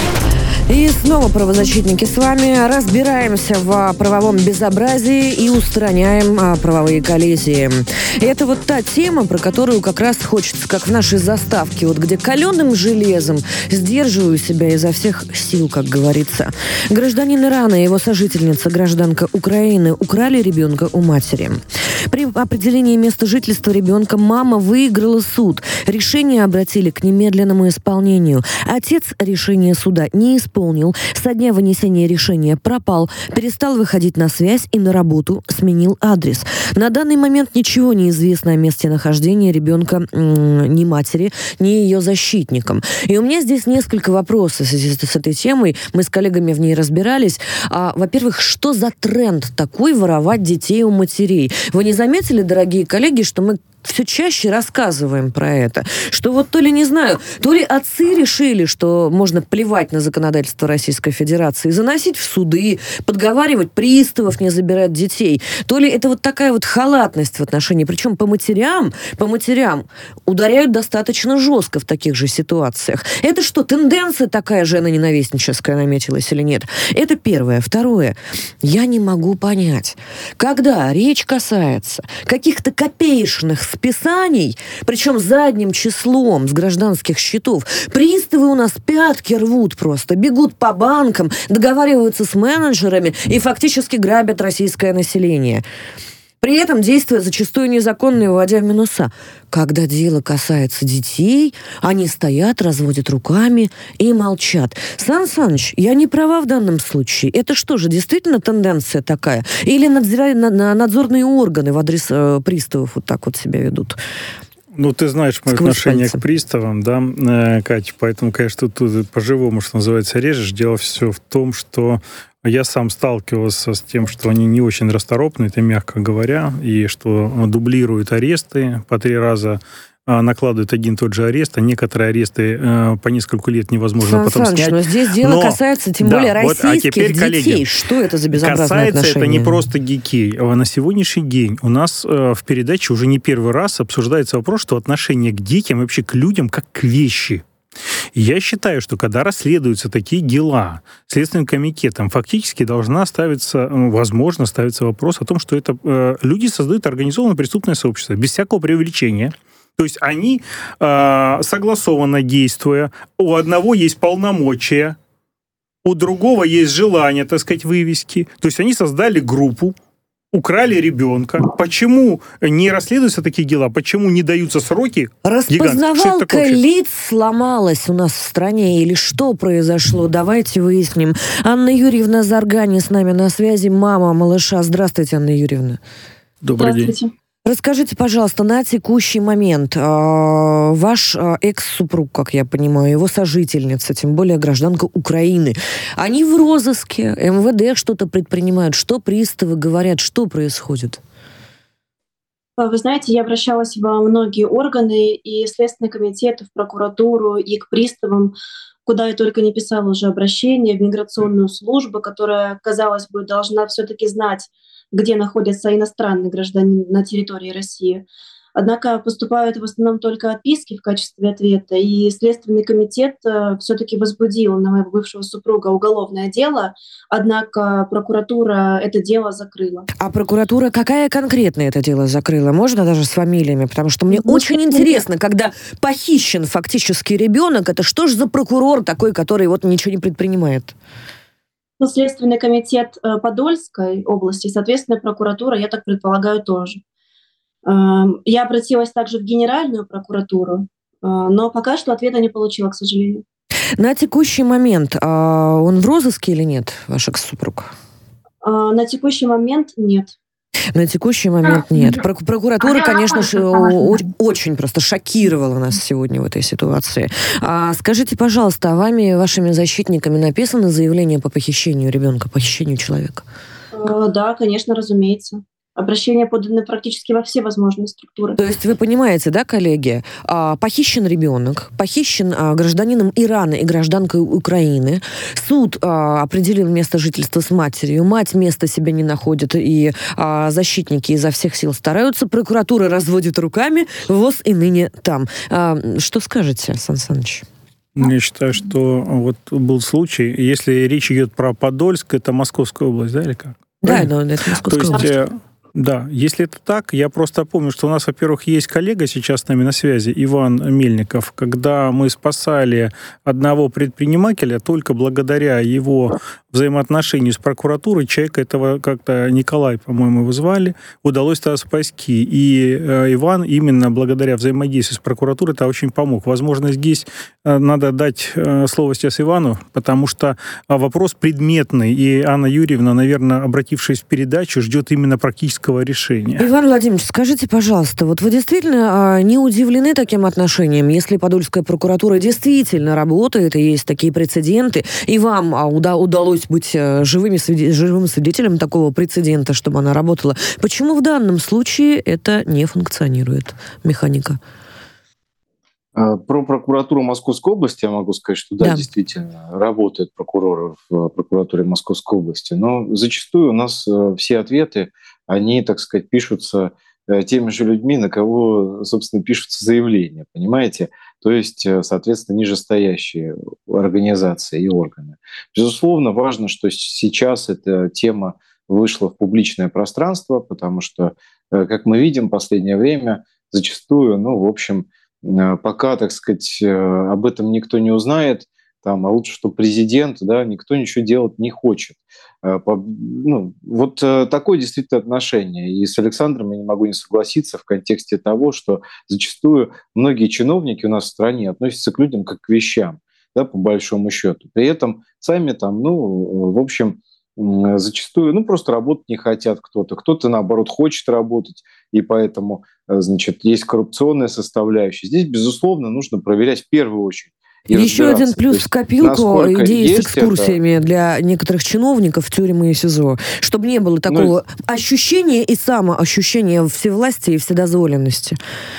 И снова правозащитники с вами. Разбираемся в правовом безобразии и устраняем а, правовые коллизии. И это вот та тема, про которую как раз хочется, как в нашей заставке, вот где каленым железом сдерживаю себя изо всех сил, как говорится. Гражданин Ирана и его сожительница, гражданка Украины, украли ребенка у матери. При определении места жительства ребенка мама выиграла суд. Решение обратили к немедленному исполнению. Отец решение суда не исполнил. Исполнил. Со дня вынесения решения пропал, перестал выходить на связь и на работу сменил адрес. На данный момент ничего не известно о месте нахождения ребенка м- ни матери, ни ее защитникам. И у меня здесь несколько вопросов с, с этой темой. Мы с коллегами в ней разбирались. А, во-первых, что за тренд такой воровать детей у матерей? Вы не заметили, дорогие коллеги, что мы все чаще рассказываем про это, что вот то ли, не знаю, то ли отцы решили, что можно плевать на законодательство Российской Федерации, заносить в суды, подговаривать приставов не забирать детей, то ли это вот такая вот халатность в отношении, причем по матерям, по матерям ударяют достаточно жестко в таких же ситуациях. Это что, тенденция такая женоненавистническая наметилась или нет? Это первое. Второе. Я не могу понять, когда речь касается каких-то копеечных списаний, причем задним числом с гражданских счетов. Приставы у нас пятки рвут просто, бегут по банкам, договариваются с менеджерами и фактически грабят российское население. При этом действуя зачастую незаконно и вводя в минуса. Когда дело касается детей, они стоят, разводят руками и молчат. Сан Саныч, я не права в данном случае. Это что же, действительно тенденция такая? Или надзира... надзорные органы в адрес э, приставов вот так вот себя ведут? Ну, ты знаешь мое Сквозь отношение пальцы. К приставам, да, э, Катя, поэтому, конечно, тут по-живому, что называется, режешь. Дело все в том, что я сам сталкивался с тем, что они не очень расторопны, это мягко говоря, и что дублируют аресты по три раза, накладывают один и тот же арест, а некоторые аресты э, по несколько лет невозможно Сан потом Саныч, снять. Но здесь дело но, касается, тем да, более, вот, российских а теперь, детей. коллеги, что это за безобразное касается отношение? это не просто детей. На сегодняшний день у нас э, в передаче уже не первый раз обсуждается вопрос, что отношение к детям, вообще к людям, как к вещи. И я считаю, что когда расследуются такие дела Следственным комитетом, фактически должна ставиться, возможно, ставиться вопрос о том, что это э, люди создают организованное преступное сообщество без всякого преувеличения. То есть они, э, согласованно действуя, у одного есть полномочия, у другого есть желание, так сказать, вывести. То есть они создали группу, украли ребенка. Почему не расследуются такие дела? Почему не даются сроки? Распознавалка лиц сломалась у нас в стране или что произошло? Давайте выясним. Анна Юрьевна Заргани с нами на связи, мама малыша. Здравствуйте, Анна Юрьевна. Добрый день. Расскажите, пожалуйста, на текущий момент э, ваш э, экс-супруг, как я понимаю, его сожительница, тем более гражданка Украины, они в розыске, эм вэ дэ что-то предпринимают, что приставы говорят, что происходит? Вы знаете, я обращалась во многие органы, и Следственный комитет, в прокуратуру, и к приставам, куда я только не писала уже обращение, в миграционную службу, которая, казалось бы, должна все-таки знать, где находятся иностранные граждане на территории России. Однако поступают в основном только отписки в качестве ответа, и Следственный комитет э, все-таки возбудил на моего бывшего супруга уголовное дело, однако прокуратура это дело закрыла. А прокуратура какая конкретно это дело закрыла? Можно даже с фамилиями? Потому что мне ну, очень интересно, когда похищен фактически ребенок, это что же за прокурор такой, который вот ничего не предпринимает? Следственный комитет Подольской области, соответственно, прокуратура, я так предполагаю, тоже. Я обратилась также в Генеральную прокуратуру, но пока что ответа не получила, к сожалению. На текущий момент он в розыске или нет, ваш экс-супруг? На текущий момент нет. На текущий момент нет. Прокуратура, конечно же, очень просто шокировала нас сегодня в этой ситуации. А скажите, пожалуйста, а вами, вашими защитниками написано заявление по похищению ребенка, похищению человека? Да, конечно, разумеется. Обращения поданы практически во все возможные структуры. То есть вы понимаете, да, коллеги, похищен ребенок, похищен гражданином Ирана и гражданкой Украины, суд определил место жительства с матерью, мать места себе не находит, и защитники изо всех сил стараются, прокуратура разводит руками, ВОЗ и ныне там. Что скажете, Сан Саныч? Я считаю, что вот был случай, если речь идет про Подольск, это Московская область, да, или как? Да, но это Московская область. То есть, да, если это так, я просто помню, что у нас, во-первых, есть коллега сейчас с нами на связи, Иван Мельников, когда мы спасали одного предпринимателя, только благодаря его взаимоотношению с прокуратурой, человека этого как-то Николай, по-моему, его звали, удалось тогда спасти. И э, Иван именно благодаря взаимодействию с прокуратурой это очень помог. Возможно, здесь э, надо дать э, слово сейчас Ивану, потому что э, вопрос предметный, и Анна Юрьевна, наверное, обратившись в передачу, ждет именно практического решения. Иван Владимирович, скажите, пожалуйста, вот вы действительно э, не удивлены таким отношением, если Подольская прокуратура действительно работает, и есть такие прецеденты, и вам э, уда- удалось быть живыми, живым свидетелем такого прецедента, чтобы она работала. Почему в данном случае это не функционирует, механика? Про прокуратуру Московской области я могу сказать, что да, да, действительно, работают прокуроры в прокуратуре Московской области, но зачастую у нас все ответы, они, так сказать, пишутся теми же людьми, на кого, собственно, пишутся заявления, понимаете? То есть, соответственно, нижестоящие организации и органы. Безусловно, важно, что сейчас эта тема вышла в публичное пространство, потому что, как мы видим в последнее время, зачастую, ну, в общем, пока, так сказать, об этом никто не узнает, там, а лучше, что президент, да, никто ничего делать не хочет. Ну, вот такое действительно отношение. И с Александром я не могу не согласиться в контексте того, что зачастую многие чиновники у нас в стране относятся к людям как к вещам, да, по большому счету. При этом сами там, ну, в общем, зачастую, ну, просто работать не хотят кто-то. Кто-то, наоборот, хочет работать, и поэтому, значит, есть коррупционная составляющая. Здесь, безусловно, нужно проверять в первую очередь. И Еще один плюс в копилку идеи с экскурсиями это... для некоторых чиновников в тюрьмы и СИЗО, чтобы не было такого ну, ощущения и самоощущения всевластия и вседозволенности.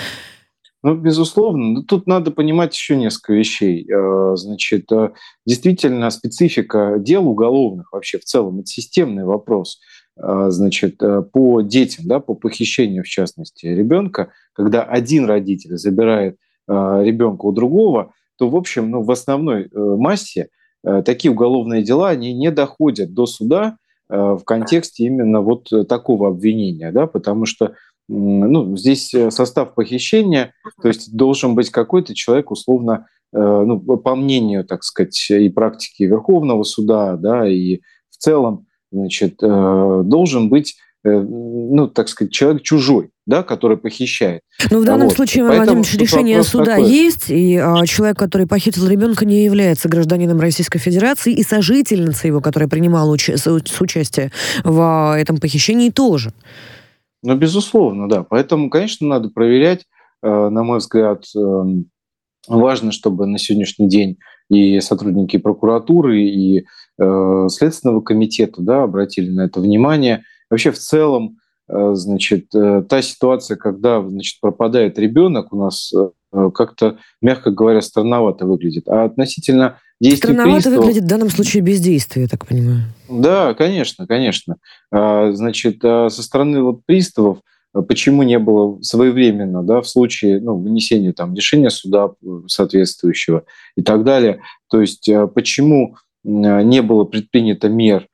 Ну, безусловно. Тут надо понимать еще несколько вещей. Значит, действительно, специфика дел уголовных вообще в целом – это системный вопрос. Значит, по детям, да, по похищению, в частности, ребенка, когда один родитель забирает ребенка у другого, то, в общем, ну, в основной массе такие уголовные дела, они не доходят до суда в контексте именно вот такого обвинения, да, потому что ну, здесь состав похищения, то есть должен быть какой-то человек, условно, ну, по мнению, так сказать, и практики Верховного суда, да, и в целом, значит, должен быть, ну, так сказать, человек чужой, да, который похищает. Ну, в данном вот. случае, Иван Владимирович, решение суда такой. есть, и а, человек, который похитил ребенка, не является гражданином Российской Федерации, и сожительница его, которая принимала уча- участие в этом похищении, тоже. Ну, безусловно, да. Поэтому, конечно, надо проверять. На мой взгляд, важно, чтобы на сегодняшний день и сотрудники прокуратуры, и Следственного комитета, да, обратили на это внимание. Вообще, в целом, значит, та ситуация, когда, значит, пропадает ребенок, у нас как-то, мягко говоря, странновато выглядит. А относительно действий Странновато приставов... выглядит в данном случае бездействие, я так понимаю. Да, конечно, конечно. Значит, со стороны вот приставов, почему не было своевременно, да, в случае, ну, вынесения там решения суда соответствующего и так далее. То есть почему не было предпринято мер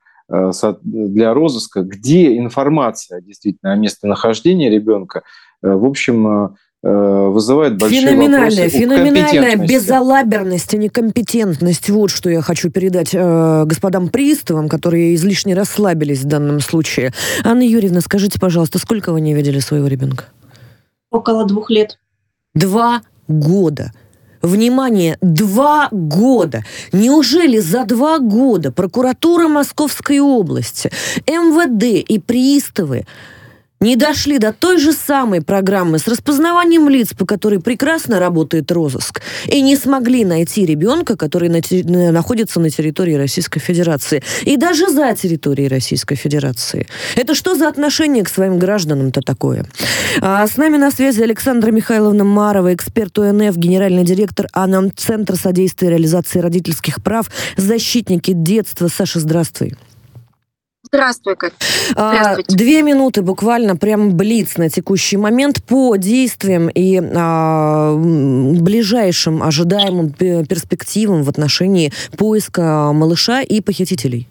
для розыска, где информация действительно о местонахождении ребенка, в общем, вызывает большие феноменальная, вопросы. Феноменальная безалаберность и некомпетентность. Вот что я хочу передать э, господам приставам, которые излишне расслабились в данном случае. Анна Юрьевна, скажите, пожалуйста, сколько вы не видели своего ребенка? Около двух лет. Два года. Внимание, два года. Неужели за два года прокуратура Московской области, эм вэ дэ и приставы не дошли до той же самой программы с распознаванием лиц, по которой прекрасно работает розыск, и не смогли найти ребенка, который на те- находится на территории Российской Федерации, и даже за территорией Российской Федерации. Это что за отношение к своим гражданам-то такое? А с нами на связи Александра Михайловна Марова, эксперт ОНФ, генеральный директор АНАМ Центра содействия реализации родительских прав, защитники детства. Саша, здравствуй. Здравствуй, Катя. Здравствуйте. Две минуты буквально, прям блиц на текущий момент по действиям и а, ближайшим ожидаемым перспективам в отношении поиска малыша и похитителей.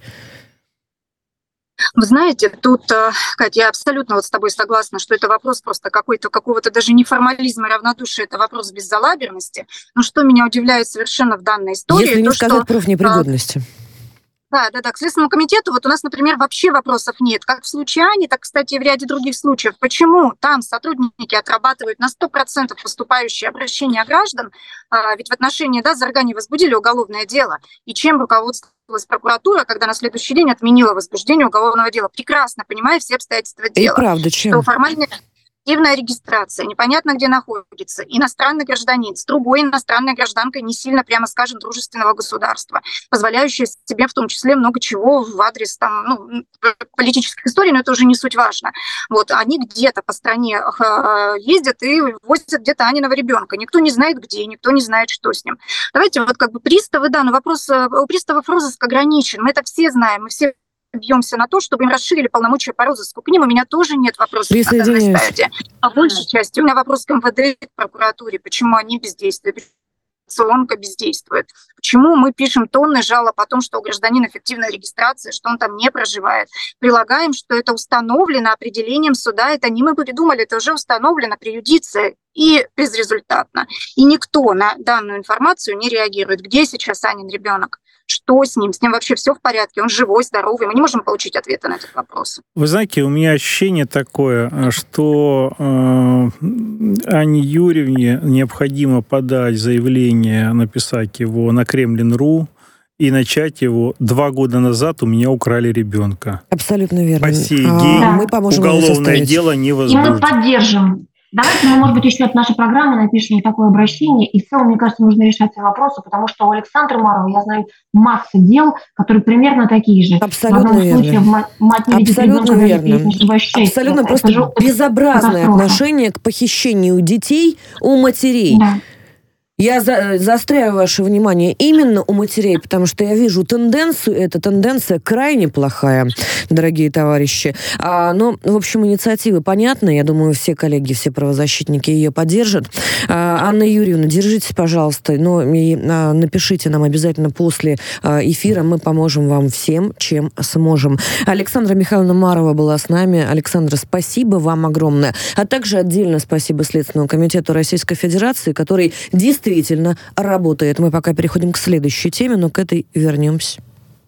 Вы знаете, тут, Катя, я абсолютно вот с тобой согласна, что это вопрос просто какой-то, какого-то даже не формализма и равнодушия, это вопрос безалаберности. Но что меня удивляет совершенно в данной истории... Если не то, сказать что, профнепригодности. Да, да, да. К Следственному комитету вот у нас, например, вообще вопросов нет. Как в случае Ани, так, кстати, и в ряде других случаев. Почему там сотрудники отрабатывают на сто процентов поступающие обращения граждан? А, ведь в отношении, да, Заргани возбудили уголовное дело. И чем руководствовалась прокуратура, когда на следующий день отменила возбуждение уголовного дела? Прекрасно понимая все обстоятельства дела. И правда, чем? Что формально... Активная регистрация, непонятно где находится, иностранный гражданин с другой иностранной гражданкой не сильно, прямо скажем, дружественного государства, позволяющая себе в том числе много чего в адрес там, ну, политических историй, но это уже не суть важно. Вот, они где-то по стране ездят и возят где-то Аниного ребенка. Никто не знает где, никто не знает, что с ним. Давайте вот как бы приставы, да, но вопрос у приставов розыск ограничен, мы это все знаем, мы все бьемся на то, чтобы им расширили полномочия по розыску. К ним у меня тоже нет вопросов на данной стадии. По большей части у меня вопрос к эм вэ дэ и к прокуратуре. Почему они бездействуют? Операционка бездействует. Почему мы пишем тонны жалоб о том, что у гражданина фиктивная регистрация, что он там не проживает? Прилагаем, что это установлено определением суда. Это не мы придумали, это уже установлено при юдиции. И безрезультатно. И никто на данную информацию не реагирует. Где сейчас Анин ребенок? Что с ним? С ним вообще все в порядке? Он живой, здоровый? Мы не можем получить ответы на этот вопрос. Вы знаете, у меня ощущение такое, что э, Анне Юрьевне необходимо подать заявление, написать его на Кремлин точка ру и начать его. Два года назад у меня украли ребенка. Абсолютно верно. По сей а, день мы поможем уголовное дело не возбуждено. И мы поддержим. Давайте мы, может быть, еще от нашей программы напишем такое обращение. И в целом, мне кажется, нужно решать все вопросы, потому что у Александра Марова, я знаю, масса дел, которые примерно такие же. Абсолютно в одном верно. случае мать, мать не видит Абсолютно ребенка, верно. Абсолютно просто же безобразное катастрофа. отношение к похищению детей у матерей. Да. Я за, заостряю ваше внимание именно у матерей, потому что я вижу тенденцию, эта тенденция крайне плохая, дорогие товарищи. А, но, в общем, инициатива понятна, я думаю, все коллеги, все правозащитники ее поддержат. А, Анна Юрьевна, держитесь, пожалуйста, ну и а, напишите нам обязательно после а, эфира, мы поможем вам всем, чем сможем. Александра Михайловна Марова была с нами. Александра, спасибо вам огромное. А также отдельно спасибо Следственному комитету Российской Федерации, который действительно действительно работает. Мы пока переходим к следующей теме, но к этой вернемся.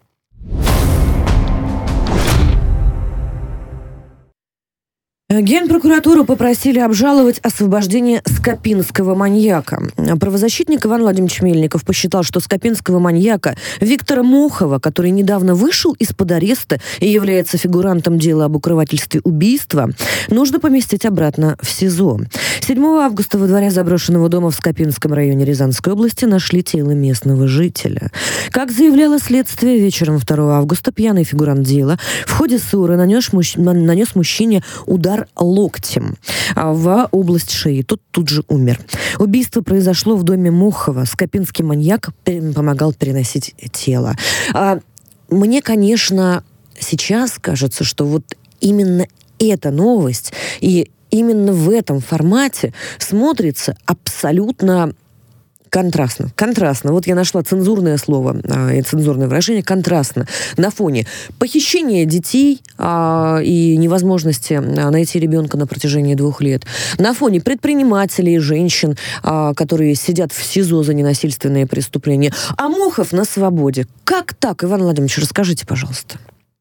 Генпрокуратуру попросили обжаловать освобождение скопинского маньяка. Правозащитник Иван Владимирович Мельников посчитал, что скопинского маньяка Виктора Мохова, который недавно вышел из-под ареста и является фигурантом дела об укрывательстве убийства, нужно поместить обратно в СИЗО. седьмого августа во дворе заброшенного дома в Скопинском районе Рязанской области нашли тело местного жителя. Как заявляло следствие, вечером второго августа пьяный фигурант дела в ходе ссоры нанес, мужч... нанес мужчине удар локтем в область шеи. Тот тут же умер. Убийство произошло в доме Мохова. Скопинский маньяк помогал переносить тело. Мне, конечно, сейчас кажется, что вот именно эта новость и именно в этом формате смотрится абсолютно контрастно. Контрастно. Вот я нашла цензурное слово а, и цензурное выражение. Контрастно. На фоне похищения детей а, и невозможности а, найти ребенка на протяжении двух лет. На фоне предпринимателей, женщин, а, которые сидят в СИЗО за ненасильственные преступления. А Мохов на свободе. Как так, Иван Владимирович, расскажите, пожалуйста.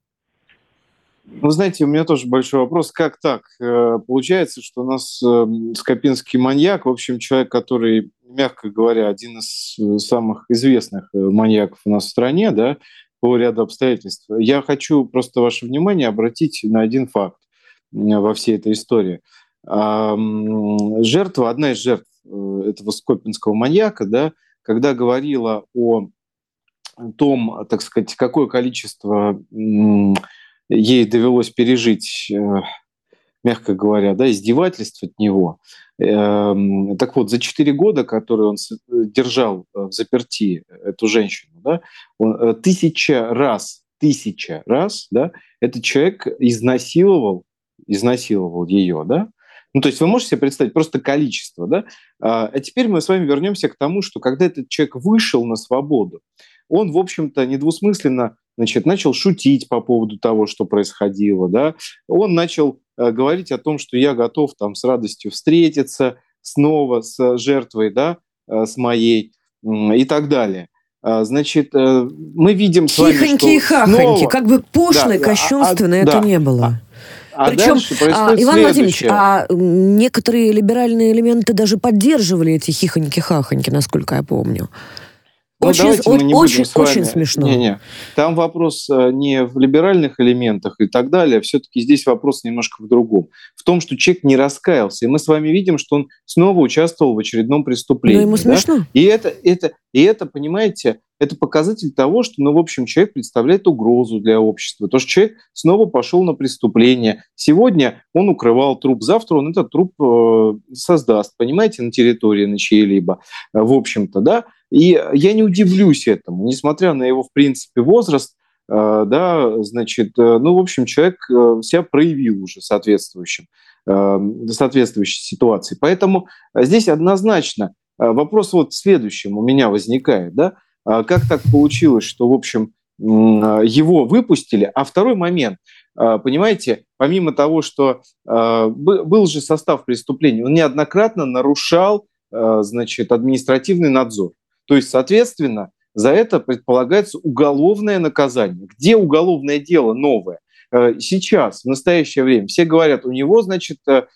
Вы знаете, у меня тоже большой вопрос. Как так? Получается, что у нас скопинский маньяк, в общем, человек, который, мягко говоря, один из самых известных маньяков у нас в стране, да, по ряду обстоятельств. Я хочу просто ваше внимание обратить на один факт. во всей этой истории. Жертва, одна из жертв этого скопинского маньяка, да, когда говорила о том, так сказать, какое количество ей довелось пережить, мягко говоря, да, издевательств от него. Так вот, за четыре года, которые он держал в заперти эту женщину, да, он тысяча раз, тысяча раз, да, этот человек изнасиловал, изнасиловал ее, да. Ну, то есть вы можете себе представить просто количество, да? А теперь мы с вами вернемся к тому, что когда этот человек вышел на свободу, он, в общем-то, недвусмысленно, значит, начал шутить по поводу того, что происходило, да? Он начал э, говорить о том, что я готов там с радостью встретиться снова с жертвой, да, э, с моей э, и так далее. А, значит, э, мы видим с вами, что хихоньки и хахоньки, снова... как бы пошло и да, кощунственно а, это да, не было. А Причем, дальше происходит а, Иван Владимирович, следующее. а некоторые либеральные элементы даже поддерживали эти хихоньки-хахоньки, насколько я помню. Ну, очень давайте мы не очень, будем с вами... очень смешно. Не-не. Там вопрос не в либеральных элементах и так далее. Все-таки здесь вопрос немножко в другом. В том, что человек не раскаялся. И мы с вами видим, что он снова участвовал в очередном преступлении. Но ему смешно. Да? И, это, это, и это, понимаете, это показатель того, что, ну, в общем, человек представляет угрозу для общества. То, что человек снова пошел на преступление. Сегодня он укрывал труп, завтра он этот труп э, создаст, понимаете, на территории, на чьей-либо, э, в общем-то, да. И я не удивлюсь этому, несмотря на его, в принципе, возраст, э, да, значит, э, ну, в общем, человек э, себя проявил уже соответствующим, э, соответствующей ситуации. Поэтому здесь однозначно э, вопрос вот в следующем у меня возникает, да, э, как так получилось, что, в общем, э, его выпустили, а второй момент, э, понимаете, помимо того, что э, был же состав преступления, он неоднократно нарушал, э, значит, административный надзор. То есть, соответственно, за это предполагается уголовное наказание. Где уголовное дело новое? Сейчас, в настоящее время, все говорят, у него, значит,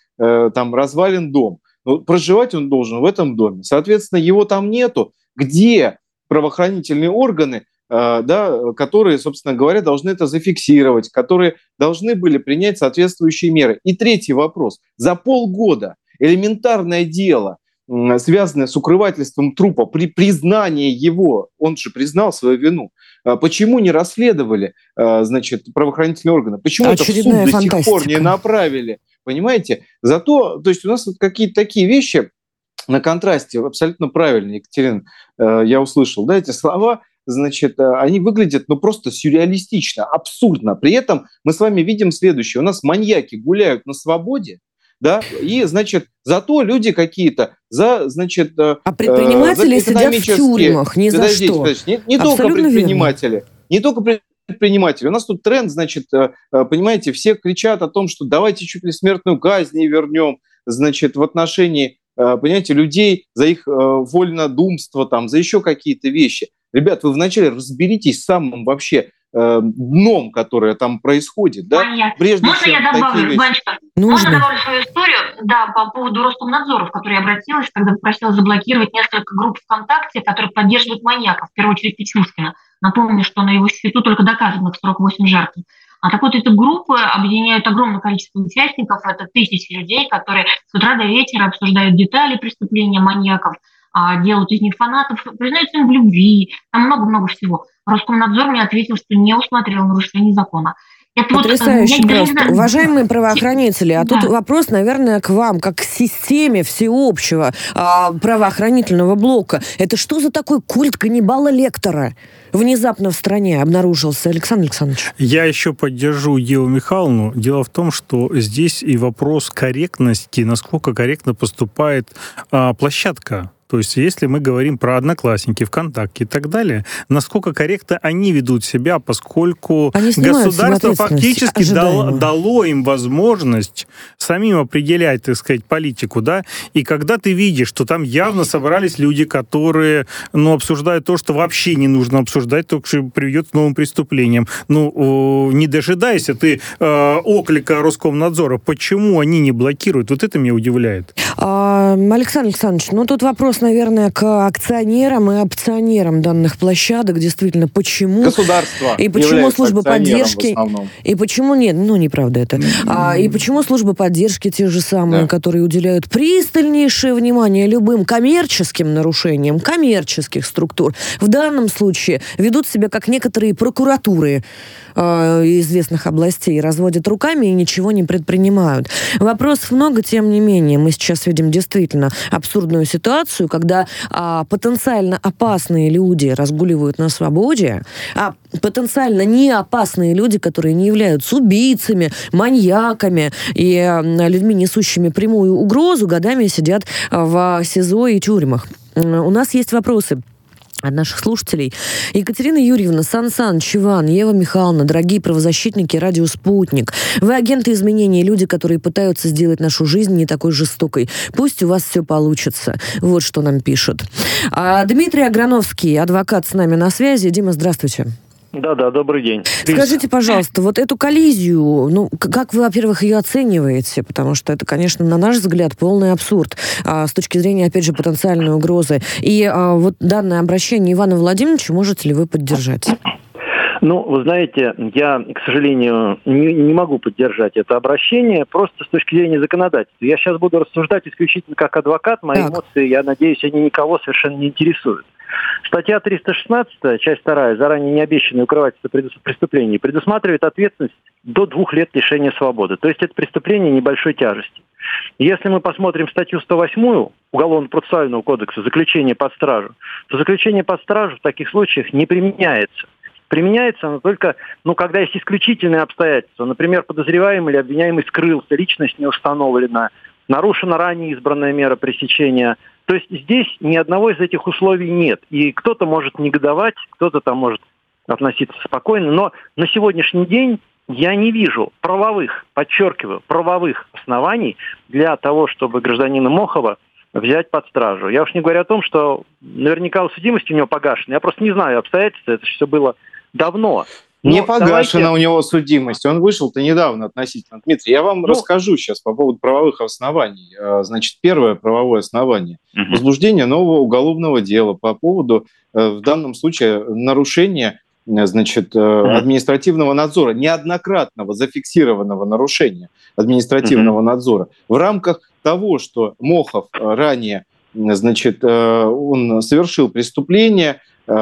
там развален дом. Но проживать он должен в этом доме. Соответственно, его там нету. Где правоохранительные органы, да, которые, собственно говоря, должны это зафиксировать, которые должны были принять соответствующие меры? И третий вопрос. За полгода элементарное дело, связанное с укрывательством трупа, при признании его, он же признал свою вину, почему не расследовали, значит, правоохранительные органы? Почему Очередная это в суд фантастика. до сих пор не направили? Понимаете? Зато, то есть у нас вот какие-то такие вещи на контрасте, абсолютно правильно, Екатерина, я услышал, да, эти слова, значит, они выглядят, ну, просто сюрреалистично, абсурдно. При этом мы с вами видим следующее. У нас маньяки гуляют на свободе, да, и, значит, зато люди какие-то за, значит... А предприниматели э, сидят в тюрьмах, ни за подождите, что. Подождите, не не только предприниматели, верно. не только предприниматели. У нас тут тренд, значит, понимаете, все кричат о том, что давайте чуть ли смертную казнь не вернем, значит, в отношении, понимаете, людей за их вольнодумство, там, за еще какие-то вещи. Ребят, вы вначале разберитесь с самым вообще дном, которое там происходит, да? Прежде Можно чем я добавлю, такие Ванечка? Нужно. Можно добавлю свою историю? Да, по поводу Роскомнадзора, в который я обратилась, когда попросила заблокировать несколько групп ВКонтакте, которые поддерживают маньяков, в первую очередь Печушкина. Напомню, что на его счету только доказанных сорок восемь жертв. А так вот, эти группы объединяют огромное количество участников, это тысячи людей, которые с утра до вечера обсуждают детали преступления маньяков, делают из них фанатов, признаются им в любви, там много-много всего. Роскомнадзор мне ответил, что не усмотрел нарушений закона. Это Потрясающе вот, просто. знаю, Уважаемые правоохранители, а да. тут вопрос, наверное, к вам, как к системе всеобщего а, правоохранительного блока. Это что за такой культ каннибала-лектора внезапно в стране обнаружился, Александр Александрович? Я еще поддержу Еву Михайловну. Дело в том, что здесь и вопрос корректности, насколько корректно поступает а, площадка. То есть, если мы говорим про Одноклассники, ВКонтакте и так далее, насколько корректно они ведут себя, поскольку государство фактически дало, дало им возможность самим определять, так сказать, политику, да, и когда ты видишь, что там явно собрались люди, которые, ну, обсуждают то, что вообще не нужно обсуждать, только что приведет к новым преступлениям. Ну, не дожидайся ты э, оклика Роскомнадзора. Почему они не блокируют? Вот это меня удивляет. А, Александр Александрович, ну, тут вопрос вопрос, наверное, к акционерам и опционерам данных площадок. Действительно, почему... Государство и почему служба поддержки... И почему нет? Ну, неправда это. Mm-hmm. А, и почему службы поддержки те же самые, да. которые уделяют пристальнейшее внимание любым коммерческим нарушениям коммерческих структур, в данном случае ведут себя как некоторые прокуратуры э, известных областей, разводят руками и ничего не предпринимают. Вопросов много, тем не менее. Мы сейчас видим действительно абсурдную ситуацию, когда э, потенциально опасные люди разгуливают на свободе, а потенциально не опасные люди, которые не являются убийцами, маньяками и э, людьми, несущими прямую угрозу, годами сидят в СИЗО и тюрьмах. У нас есть вопросы от наших слушателей. Екатерина Юрьевна, Сан Саныч, Иван, Ева Михайловна, дорогие правозащитники «Радио Спутник». Вы агенты изменений, люди, которые пытаются сделать нашу жизнь не такой жестокой. Пусть у вас все получится. Вот что нам пишут. А Дмитрий Аграновский, адвокат, с нами на связи. Дима, здравствуйте. Да-да, добрый день. Скажите, пожалуйста, вот эту коллизию, ну, как вы, во-первых, ее оцениваете? Потому что это, конечно, на наш взгляд, полный абсурд а, с точки зрения, опять же, потенциальной угрозы. И а, вот данное обращение Ивана Владимировича можете ли вы поддержать? Ну, вы знаете, я, к сожалению, не, не могу поддержать это обращение просто с точки зрения законодательства. Я сейчас буду рассуждать исключительно как адвокат. Мои так. эмоции, я надеюсь, они никого совершенно не интересуют. Статья триста шестнадцать, часть вторая, заранее необещанное укрывательство преступлений, предусматривает ответственность до двух лет лишения свободы. То есть это преступление небольшой тяжести. Если мы посмотрим статью сто восемь Уголовно-процессуального кодекса «Заключение под стражу», то заключение под стражу в таких случаях не применяется. Применяется оно только, ну, когда есть исключительные обстоятельства. Например, подозреваемый или обвиняемый скрылся, личность не установлена, нарушена ранее избранная мера пресечения. То есть здесь ни одного из этих условий нет. И кто-то может негодовать, кто-то там может относиться спокойно. Но на сегодняшний день я не вижу правовых, подчеркиваю, правовых оснований для того, чтобы гражданина Мохова взять под стражу. Я уж не говорю о том, что наверняка судимость у него погашена. Я просто не знаю обстоятельств, это все было давно. Не Но погашена давайте... у него судимость. Он вышел-то недавно относительно. Дмитрий, я вам ну... расскажу сейчас по поводу правовых оснований. Значит, первое правовое основание. Угу. Возбуждение нового уголовного дела по поводу, в данном случае, нарушения, значит, угу. административного надзора, неоднократного зафиксированного нарушения административного угу. надзора в рамках того, что Мохов ранее, значит, он совершил преступление.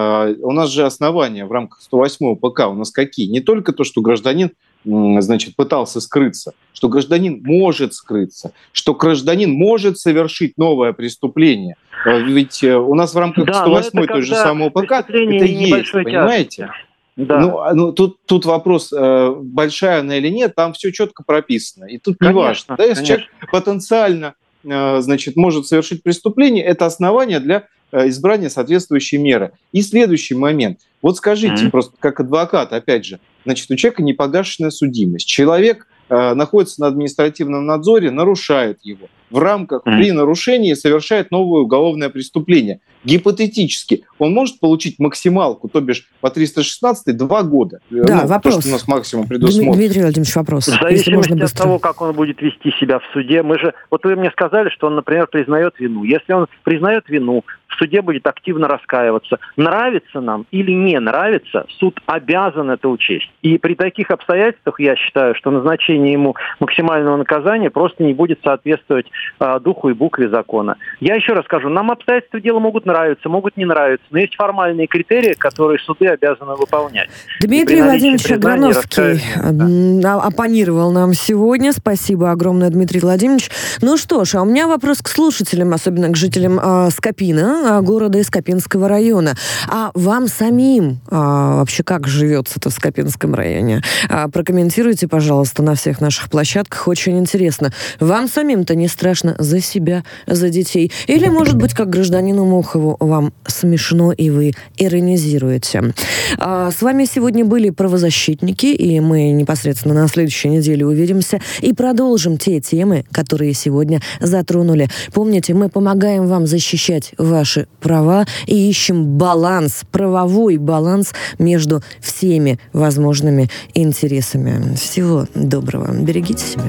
У нас же основания в рамках сто восьмого ПК у нас какие? Не только то, что гражданин, значит, пытался скрыться, что гражданин может скрыться, что гражданин может совершить новое преступление. Ведь у нас в рамках да, сто восьмой той же самого ПК это есть, понимаете? Да. Ну, ну тут, тут вопрос, большая она или нет, там все четко прописано. И тут не важно. Да, если человек потенциально, значит, может совершить преступление, это основание для избрания соответствующей меры. И следующий момент. Вот скажите, mm-hmm. просто как адвокат, опять же, значит, у человека непогашенная судимость. Человек э, находится на административном надзоре, нарушает его. В рамках, mm-hmm. при нарушении совершает новое уголовное преступление. Гипотетически он может получить максималку, то бишь по триста шестнадцать два года. Да, ну, вопрос. То, что у нас максимум предусмотрено. Дмитрий Владимирович, вопрос. В зависимости от того, как он будет вести себя в суде. Мы же, вот вы мне сказали, что он, например, признает вину. Если он признает вину, в суде будет активно раскаиваться. Нравится нам или не нравится, суд обязан это учесть. И при таких обстоятельствах я считаю, что назначение ему максимального наказания просто не будет соответствовать а, духу и букве закона. Я еще раз скажу, нам обстоятельства дела могут нравиться, могут не нравиться, но есть формальные критерии, которые суды обязаны выполнять. Дмитрий Владимирович Аграновский да. оппонировал нам сегодня. Спасибо огромное, Дмитрий Владимирович. Ну что ж, а у меня вопрос к слушателям, особенно к жителям э, Скопина, города и Скопинского района. А вам самим а, вообще как живется-то в Скопинском районе? А, прокомментируйте, пожалуйста, на всех наших площадках. Очень интересно. Вам самим-то не страшно за себя, за детей? Или, может быть, как гражданину Мохову, вам смешно и вы иронизируете? А, с вами сегодня были правозащитники, и мы непосредственно на следующей неделе увидимся и продолжим те темы, которые сегодня затронули. Помните, мы помогаем вам защищать ваши права и ищем баланс, правовой баланс между всеми возможными интересами. Всего доброго. Берегите себя.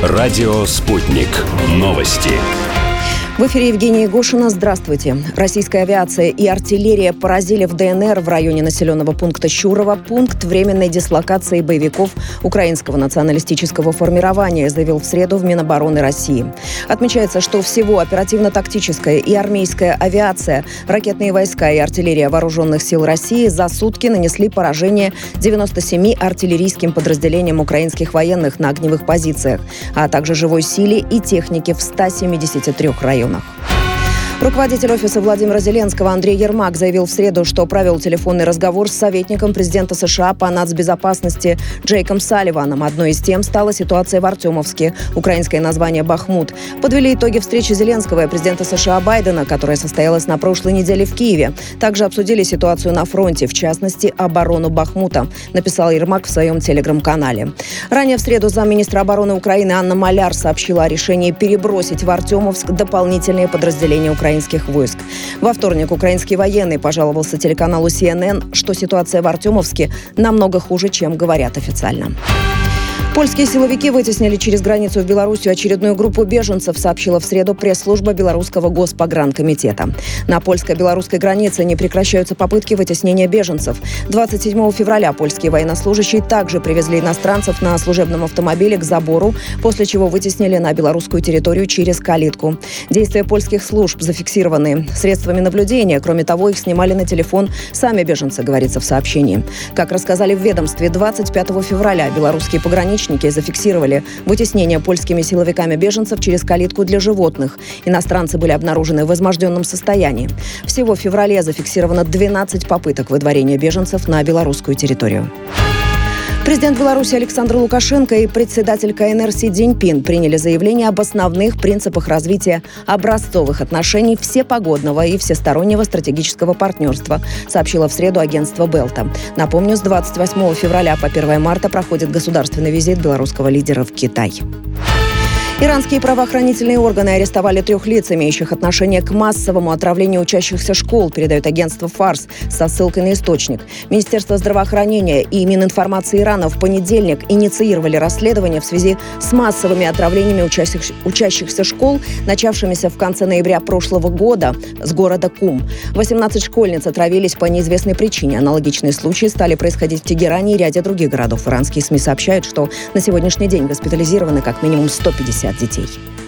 Радио «Спутник». Новости. В эфире Евгения Егошина. Здравствуйте. Российская авиация и артиллерия поразили в ДНР в районе населенного пункта Щурово пункт временной дислокации боевиков украинского националистического формирования, заявил в среду в Минобороны России. Отмечается, что всего оперативно-тактическая и армейская авиация, ракетные войска и артиллерия вооруженных сил России за сутки нанесли поражение девяноста семи артиллерийским подразделениям украинских военных на огневых позициях, а также живой силе и технике в ста семидесяти трёх районах. Руководитель офиса Владимира Зеленского Андрей Ермак заявил в среду, что провел телефонный разговор с советником президента США по нацбезопасности Джейком Салливаном. Одной из тем стала ситуация в Артемовске, украинское название Бахмут. Подвели итоги встречи Зеленского и президента США Байдена, которая состоялась на прошлой неделе в Киеве. Также обсудили ситуацию на фронте, в частности, оборону Бахмута, написал Ермак в своем телеграм-канале. Ранее в среду замминистра обороны Украины Анна Маляр сообщила о решении перебросить в Артемовск дополнительные подразделения Украины. украинских войск. Во вторник украинский военный пожаловался телеканалу си эн эн, что ситуация в Артемовске намного хуже, чем говорят официально. Польские силовики вытеснили через границу в Белоруссию очередную группу беженцев, сообщила в среду пресс-служба Белорусского госпогранкомитета. На польско-белорусской границе не прекращаются попытки вытеснения беженцев. двадцать седьмого февраля польские военнослужащие также привезли иностранцев на служебном автомобиле к забору, после чего вытеснили на белорусскую территорию через калитку. Действия польских служб зафиксированы средствами наблюдения. Кроме того, их снимали на телефон сами беженцы, говорится в сообщении. Как рассказали в ведомстве, двадцать пятого февраля белорусские пограничники зафиксировали вытеснение польскими силовиками беженцев через калитку для животных. Иностранцы были обнаружены в возможденном состоянии. Всего в феврале зафиксировано двенадцать попыток выдворения беженцев на белорусскую территорию. Президент Беларуси Александр Лукашенко и председатель ка эн эр Си Цзиньпин приняли заявление об основных принципах развития образцовых отношений всепогодного и всестороннего стратегического партнерства, сообщило в среду агентство Белта. Напомню, с двадцать восьмого февраля по первое марта проходит государственный визит белорусского лидера в Китай. Иранские правоохранительные органы арестовали трех лиц, имеющих отношение к массовому отравлению учащихся школ, передает агентство Фарс со ссылкой на источник. Министерство здравоохранения и Мининформации Ирана в понедельник инициировали расследование в связи с массовыми отравлениями учащихся, учащихся школ, начавшимися в конце ноября прошлого года с города Кум. восемнадцать школьниц отравились по неизвестной причине. Аналогичные случаи стали происходить в Тегеране и ряде других городов. Иранские СМИ сообщают, что на сегодняшний день госпитализированы как минимум сто пятьдесят детей.